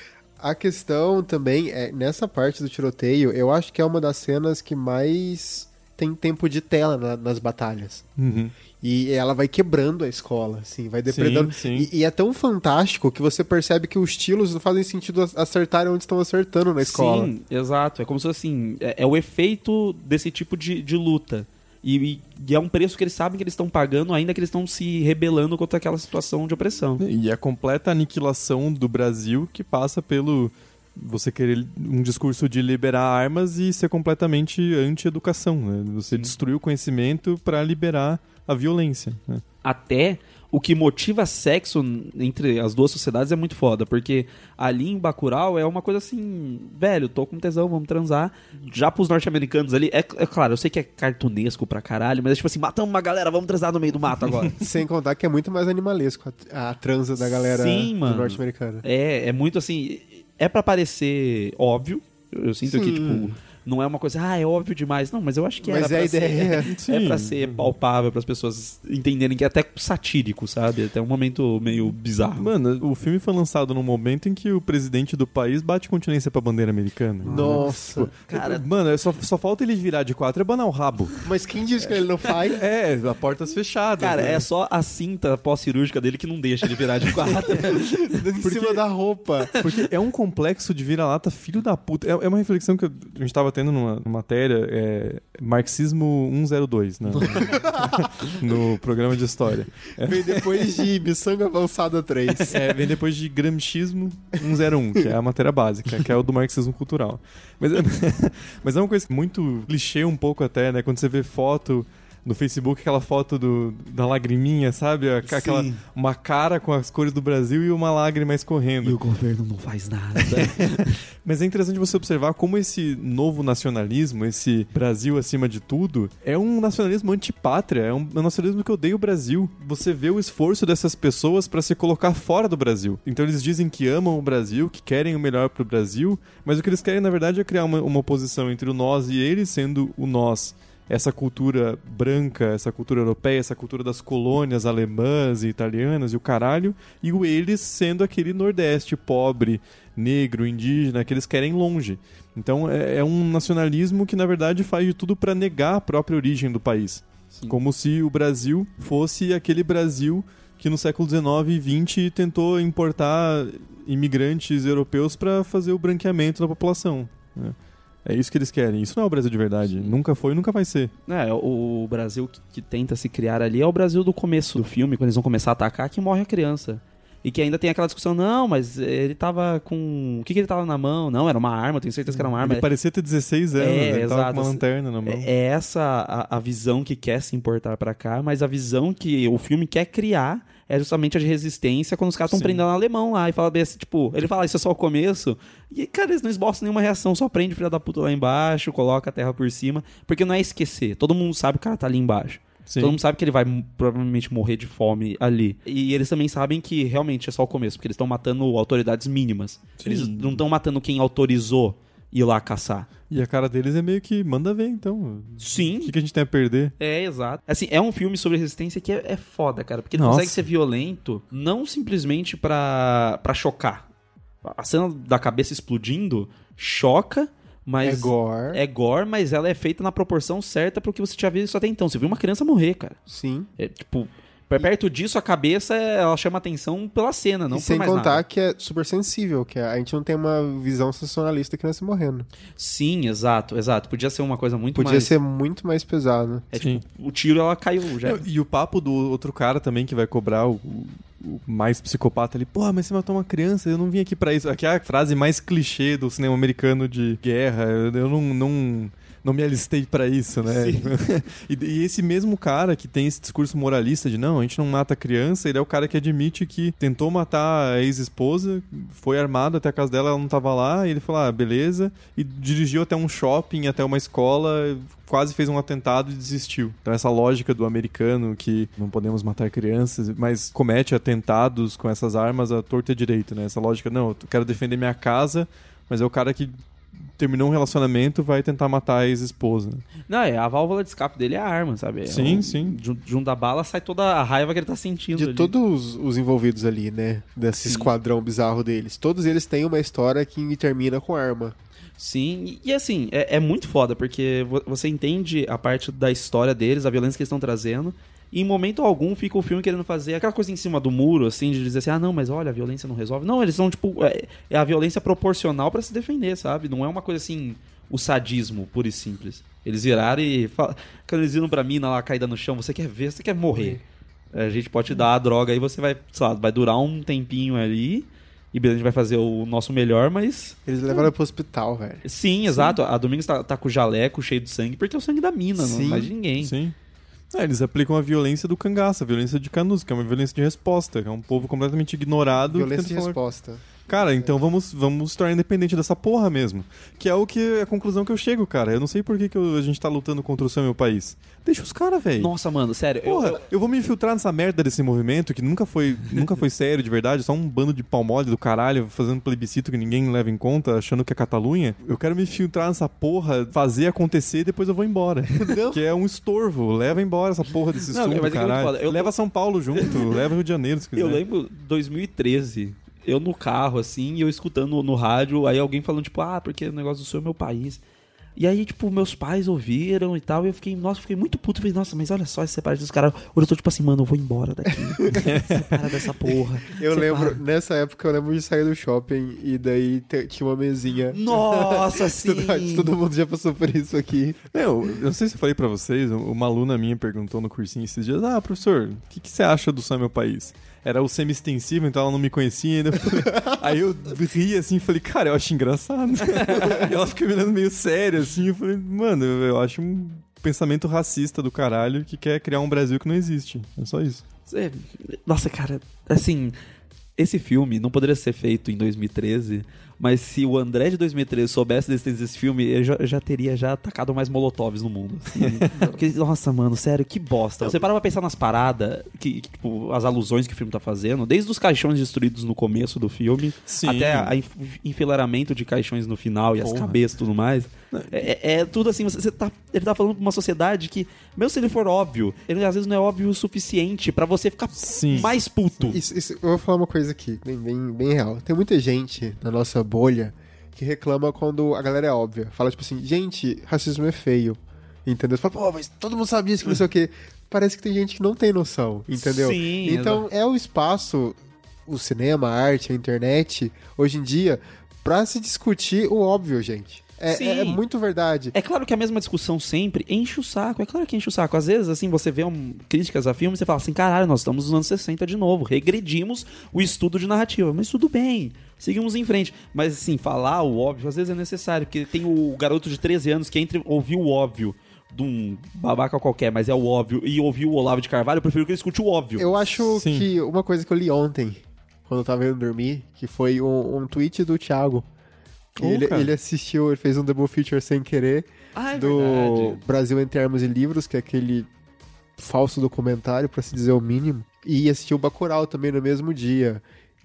A questão também é, nessa parte do tiroteio, eu acho que é uma das cenas que mais tem tempo de tela na, nas batalhas. Uhum. E ela vai quebrando a escola, assim, vai depredando. Sim, sim. E, e é tão fantástico que você percebe que os tiros não fazem sentido acertarem onde estão acertando na escola. Sim, exato. É como se assim, é, é o efeito desse tipo de, de luta. E, e, e é um preço que eles sabem que eles estão pagando, ainda que eles estão se rebelando contra aquela situação de opressão. E a completa aniquilação do Brasil que passa pelo você querer um discurso de liberar armas e ser completamente anti-educação, né? Você destruir o conhecimento para liberar a violência, né? Até o que motiva sexo entre as duas sociedades é muito foda, porque ali em Bacurau é uma coisa assim, velho, tô com tesão, vamos transar. Já pros norte-americanos ali, é, é claro, eu sei que é cartunesco pra caralho, mas é tipo assim, matamos uma galera, vamos transar no meio do mato agora. Sem contar que é muito mais animalesco a, a transa da galera Sim, mano. norte-americana. É, é muito assim, é pra parecer óbvio, eu, eu sinto Sim. que, tipo... Não é uma coisa, ah, é óbvio demais. Não, mas eu acho que Mas era é a pra ideia. ser, é pra ser palpável, para as pessoas entenderem que é até satírico, sabe? Até um momento meio bizarro. Mano, o filme foi lançado num momento em que o presidente do país bate continência pra bandeira americana. Nossa. Tipo, Cara- mano, é só, só falta ele virar de quatro e abanar o rabo. Mas quem disse que ele não faz? É, a portas fechadas. Cara, né? é só a cinta pós-cirúrgica dele que não deixa ele virar de quatro. em cima da roupa. Porque é um complexo de vira-lata filho da puta. É, é uma reflexão que a gente tava tendo numa, numa matéria, é marxismo cento e dois, né? no, no programa de história. É, Vem depois de Miçanga Avançada três. é, vem depois de gramscismo cento e um, que é a matéria básica, que é o do marxismo cultural. Mas, mas é uma coisa muito clichê um pouco até, né? Quando você vê foto no Facebook, aquela foto do, da lagriminha, sabe? Aquela, Sim. uma cara com as cores do Brasil e uma lágrima escorrendo. E o governo não faz nada. Mas é interessante você observar como esse novo nacionalismo, esse Brasil acima de tudo, é um nacionalismo antipátria, é um, é um nacionalismo que odeia o Brasil. Você vê o esforço dessas pessoas para se colocar fora do Brasil. Então eles dizem que amam o Brasil, que querem o melhor pro Brasil, mas o que eles querem, na verdade, é criar uma, uma oposição entre o nós e eles, sendo o nós essa cultura branca, essa cultura europeia, essa cultura das colônias alemãs e italianas e o caralho, e o eles sendo aquele nordeste pobre, negro, indígena, que eles querem longe. Então é, é um nacionalismo que na verdade faz de tudo para negar a própria origem do país. Sim. Como se o Brasil fosse aquele Brasil que no século dezenove e vinte tentou importar imigrantes europeus para fazer o branqueamento da população, né? É isso que eles querem. Isso não é o Brasil de verdade. Nunca foi e nunca vai ser. É, o Brasil que, que tenta se criar ali é o Brasil do começo do filme, quando eles vão começar a atacar, que morre a criança. E que ainda tem aquela discussão, não, mas ele tava com... O que que ele tava na mão? Não, era uma arma, eu tenho certeza que era uma arma. Ele parecia ter dezesseis anos, É, ele exato. tava com uma lanterna na mão. É, é essa a, a visão que quer se importar pra cá, mas a visão que o filme quer criar é justamente a de resistência quando os caras estão prendendo um alemão lá e fala bem assim, tipo, ele fala, isso é só o começo. E, cara, eles não esboçam nenhuma reação, só prende o filho da puta lá embaixo, coloca a terra por cima, porque não é esquecer. Todo mundo sabe que o cara tá ali embaixo. Sim. Todo mundo sabe que ele vai provavelmente morrer de fome ali. E eles também sabem que realmente é só o começo, porque eles estão matando autoridades mínimas. Sim. Eles não estão matando quem autorizou ir lá caçar. E a cara deles é meio que, manda ver, então. Sim. O que, que a gente tem a perder? É, exato. Assim, é um filme sobre resistência que é, é foda, cara. Porque ele Nossa. consegue ser violento, não simplesmente pra, pra chocar. A cena da cabeça explodindo choca, mas... É gore. É gore, mas ela é feita na proporção certa pro que você tinha visto até então. Você viu uma criança morrer, cara. Sim. É, tipo... Perto disso, a cabeça, ela chama atenção pela cena, não e por sem mais contar nada. que é super sensível, que a gente não tem uma visão sensacionalista que nasce morrendo. Sim, exato, exato. Podia ser uma coisa muito Podia mais... ser muito mais pesado. É tipo, o tiro, ela caiu já. E o papo do outro cara também que vai cobrar o, o mais psicopata ali, porra, mas você matou uma criança, eu não vim aqui pra isso. Aqui é a frase mais clichê do cinema americano de guerra, eu, eu não... não... Não me alistei pra isso, né? e, e esse mesmo cara que tem esse discurso moralista de não, a gente não mata criança, ele é o cara que admite que tentou matar a ex-esposa, foi armado até a casa dela, ela não tava lá, e ele falou, ah, beleza, e dirigiu até um shopping, até uma escola, quase fez um atentado e desistiu. Então essa lógica do americano que não podemos matar crianças, mas comete atentados com essas armas à torta e à direita, né? Essa lógica, não, eu quero defender minha casa, mas é o cara que terminou um relacionamento, vai tentar matar a ex-esposa. Não, é a válvula de escape dele é a arma, sabe? É sim, um, sim. Junto da bala sai toda a raiva que ele tá sentindo De ali. todos os envolvidos ali, né? Desse sim. esquadrão bizarro deles. Todos eles têm uma história que termina com arma. Sim, e, e assim, é, é muito foda, porque você entende a parte da história deles, a violência que eles estão trazendo, e em momento algum fica o filme querendo fazer aquela coisa em cima do muro, assim, de dizer assim, ah, não, mas olha, a violência não resolve. Não, eles são, tipo, é, é a violência proporcional pra se defender, sabe? Não é uma coisa assim, o sadismo, puro e simples. Eles viraram e falam, quando eles viram pra mina lá caída no chão, você quer ver, você quer morrer. É, a gente pode te dar a droga aí, você vai, sei lá, vai durar um tempinho ali, e beleza, a gente vai fazer o nosso melhor, mas... Eles levaram pro hospital, velho. Sim, Sim, exato. A Domingos tá, tá com o jaleco cheio de sangue, porque é o sangue da mina, Sim. não mais de ninguém. Sim. É, eles aplicam a violência do cangaço, a violência de Canudos, que é uma violência de resposta, que é um povo completamente ignorado. Violência de falar... resposta. Cara, então vamos, vamos tornar independente dessa porra mesmo. Que é o que a conclusão que eu chego, cara. Eu não sei por que, que eu, a gente tá lutando contra o seu meu país. Deixa os caras, velho. Nossa, mano, sério. Porra, eu, eu... eu vou me infiltrar nessa merda desse movimento que nunca foi, nunca foi sério de verdade, só um bando de pau mole do caralho fazendo plebiscito que ninguém leva em conta, achando que é Catalunha. Eu quero me infiltrar nessa porra, fazer acontecer e depois eu vou embora. Que é um estorvo. Leva embora essa porra desse não, estorvo, mas é caralho. eu... Leva São Paulo junto, leva Rio de Janeiro, se quiser. Eu lembro dois mil e treze, eu no carro, assim, e eu escutando no rádio, aí alguém falando, tipo, ah, porque o negócio do seu é meu país. E aí, tipo, meus pais ouviram e tal, e eu fiquei, nossa, eu fiquei muito puto. Eu falei, nossa, mas olha só esse separatista dos caras. Eu tô tipo assim, mano, eu vou embora daqui. Separa dessa porra. Eu Separa. lembro, nessa época eu lembro de sair do shopping e daí te, tinha uma mesinha. Nossa, sim! todo, todo mundo já passou por isso aqui. Eu, eu não sei se eu falei pra vocês, uma aluna minha perguntou no cursinho esses dias, ah, professor, o que, que você acha do Só Meu País? Era o semi-extensivo, então ela não me conhecia ainda. Aí eu ri assim e falei, cara, eu acho engraçado. E ela fica me olhando meio séria assim. Eu falei, mano, eu, eu acho um pensamento racista do caralho que quer criar um Brasil que não existe. É só isso. Nossa, cara, assim, esse filme não poderia ser feito em dois mil e treze, mas se o André de dois mil e treze soubesse desse, desse filme, eu já, eu já teria já atacado mais molotovs no mundo. Assim. Porque, nossa, mano, sério, que bosta. Você para pra pensar nas paradas, que, que, tipo, as alusões que o filme tá fazendo, desde os caixões destruídos no começo do filme, Sim. até a enf- enfileiramento de caixões no final e Porra. as cabeças e tudo mais. É, é tudo assim, você, você tá, ele tá falando pra uma sociedade que, mesmo se ele for óbvio, ele às vezes não é óbvio o suficiente pra você ficar Sim. mais puto. Isso, isso, eu vou falar uma coisa aqui, bem, bem, bem real. Tem muita gente na nossa bolha que reclama quando a galera é óbvia. Fala tipo assim, gente, racismo é feio. Entendeu? Você fala, pô, mas todo mundo sabe disso, que não sei o quê. Parece que tem gente que não tem noção, entendeu? Sim, então exato. é o espaço, o cinema, a arte, a internet, hoje em dia, pra se discutir o óbvio, gente. É, Sim. é, é muito verdade. É claro que a mesma discussão sempre enche o saco. É claro que enche o saco. Às vezes, assim, você vê um, críticas a filme e você fala assim, caralho, nós estamos nos anos sessenta de novo. Regredimos o estudo de narrativa. Mas tudo bem. Seguimos em frente. Mas, assim, falar o óbvio às vezes é necessário. Porque tem o garoto de treze anos que entre ouvir o óbvio de um babaca qualquer, mas é o óbvio, e ouvir o Olavo de Carvalho, eu prefiro que ele escute o óbvio. Eu acho Sim. que uma coisa que eu li ontem, quando eu tava indo dormir, que foi um, um tweet do Thiago. Oh, ele, cara. ele assistiu, ele fez um Double Feature sem querer Ah, é do verdade. Brasil em Termos e Livros, que é aquele falso documentário, pra se dizer o mínimo. E assistiu Bacurau também no mesmo dia.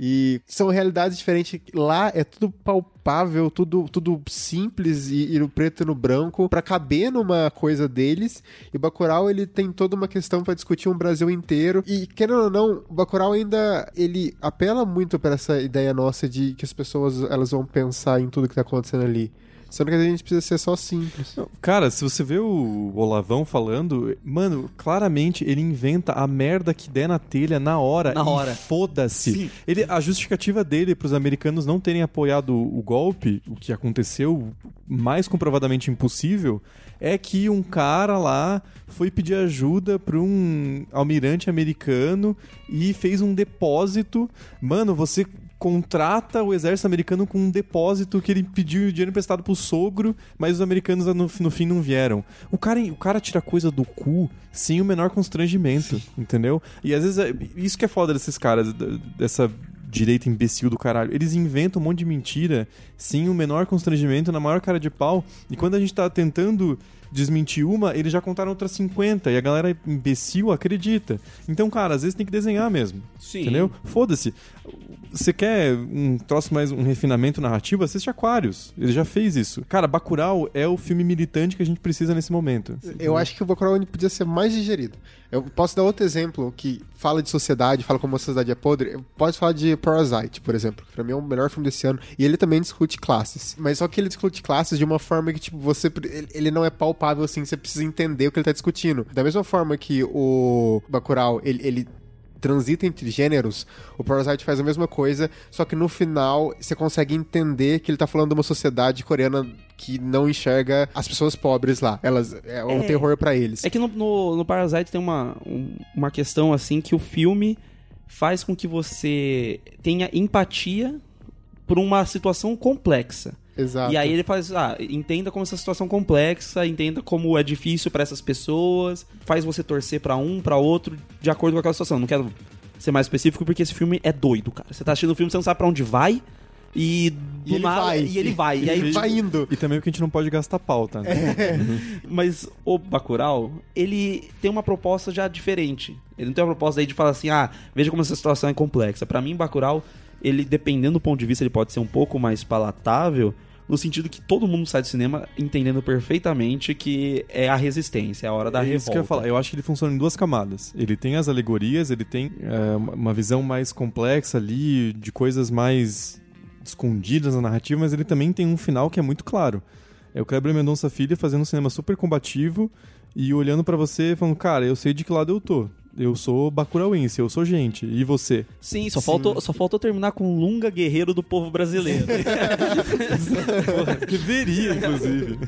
E são realidades diferentes. Lá é tudo palpável, tudo, tudo simples e, e no preto e no branco pra caber numa coisa deles. E Bacurau, ele tem toda uma questão pra discutir um Brasil inteiro. E, querendo ou não, o Bacurau ainda, ele apela muito pra essa ideia nossa de que as pessoas, elas vão pensar em tudo que tá acontecendo ali. Sendo que a gente precisa ser só simples. Cara, se você vê o Olavão falando, mano, claramente ele inventa a merda que der na telha na hora. Na hora. E foda-se. Sim. Ele, a justificativa dele pros americanos não terem apoiado o golpe, o que aconteceu mais comprovadamente impossível, é que um cara lá foi pedir ajuda pra um almirante americano e fez um depósito. Mano, você contrata o exército americano com um depósito que ele pediu dinheiro emprestado pro sogro, mas os americanos no, no fim não vieram. O cara, o cara tira coisa do cu sem o menor constrangimento, sim, entendeu? E às vezes, é, isso que é foda desses caras, dessa direita imbecil do caralho. Eles inventam um monte de mentira sem o menor constrangimento, na maior cara de pau, e quando a gente tá tentando desmentir uma, eles já contaram outras cinquenta, e a galera imbecil acredita. Então, cara, às vezes tem que desenhar mesmo. Sim. Entendeu? Foda-se. Você quer um troço mais, um refinamento narrativo? Assiste Aquários. Ele já fez isso. Cara, Bacurau é o filme militante que a gente precisa nesse momento. Eu acho que o Bacurau podia ser mais digerido. Eu posso dar outro exemplo que fala de sociedade, fala como a sociedade é podre. Eu posso falar de Parasite, por exemplo, que pra mim é o melhor filme desse ano. E ele também discute classes. Mas só que ele discute classes de uma forma que, tipo, você ele não é palpável assim, você precisa entender o que ele tá discutindo. Da mesma forma que o Bacurau, ele, ele transita entre gêneros, o Parasite faz a mesma coisa, só que no final você consegue entender que ele tá falando de uma sociedade coreana que não enxerga as pessoas pobres lá. Elas, é um É. terror pra eles. É que no, no, no Parasite tem uma, um- uma questão assim que o filme faz com que você tenha empatia por uma situação complexa. Exato. E aí ele faz, ah, entenda como essa situação é complexa, entenda como é difícil pra essas pessoas, faz você torcer pra um, pra outro, de acordo com aquela situação. Não quero ser mais específico porque esse filme é doido, cara. Você tá assistindo o filme, você não sabe pra onde vai e do E ele nada vai. e ele vai. E aí, Ele vai indo. E também porque a gente não pode gastar pauta, né? Mas o Bacurau, ele tem uma proposta já diferente. Ele não tem uma proposta aí de falar assim, ah, veja como essa situação é complexa. Pra mim, Bacurau, ele, dependendo do ponto de vista, ele pode ser um pouco mais palatável, no sentido que todo mundo sai do cinema entendendo perfeitamente que é a resistência, é a hora da É revolta. isso que eu ia falar. Eu acho que ele funciona em duas camadas. Ele tem as alegorias, ele tem é, uma- uma visão mais complexa ali, de coisas mais escondidas na narrativa, mas ele também tem um final que é muito claro. É o Kleber Mendonça Filho fazendo um cinema super combativo e olhando pra você e falando, cara, eu sei de que lado eu tô. Eu sou bacurauense, eu sou gente. E você? Sim, só, Faltou, só faltou terminar com Lunga Guerreiro do Povo Brasileiro. Deveria, inclusive.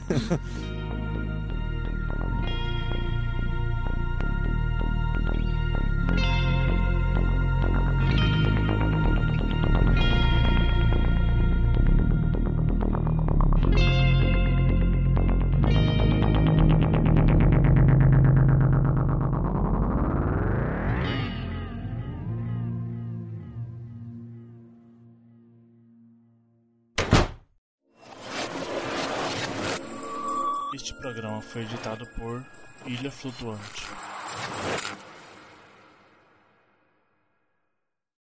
Este programa foi editado por Ilha Flutuante.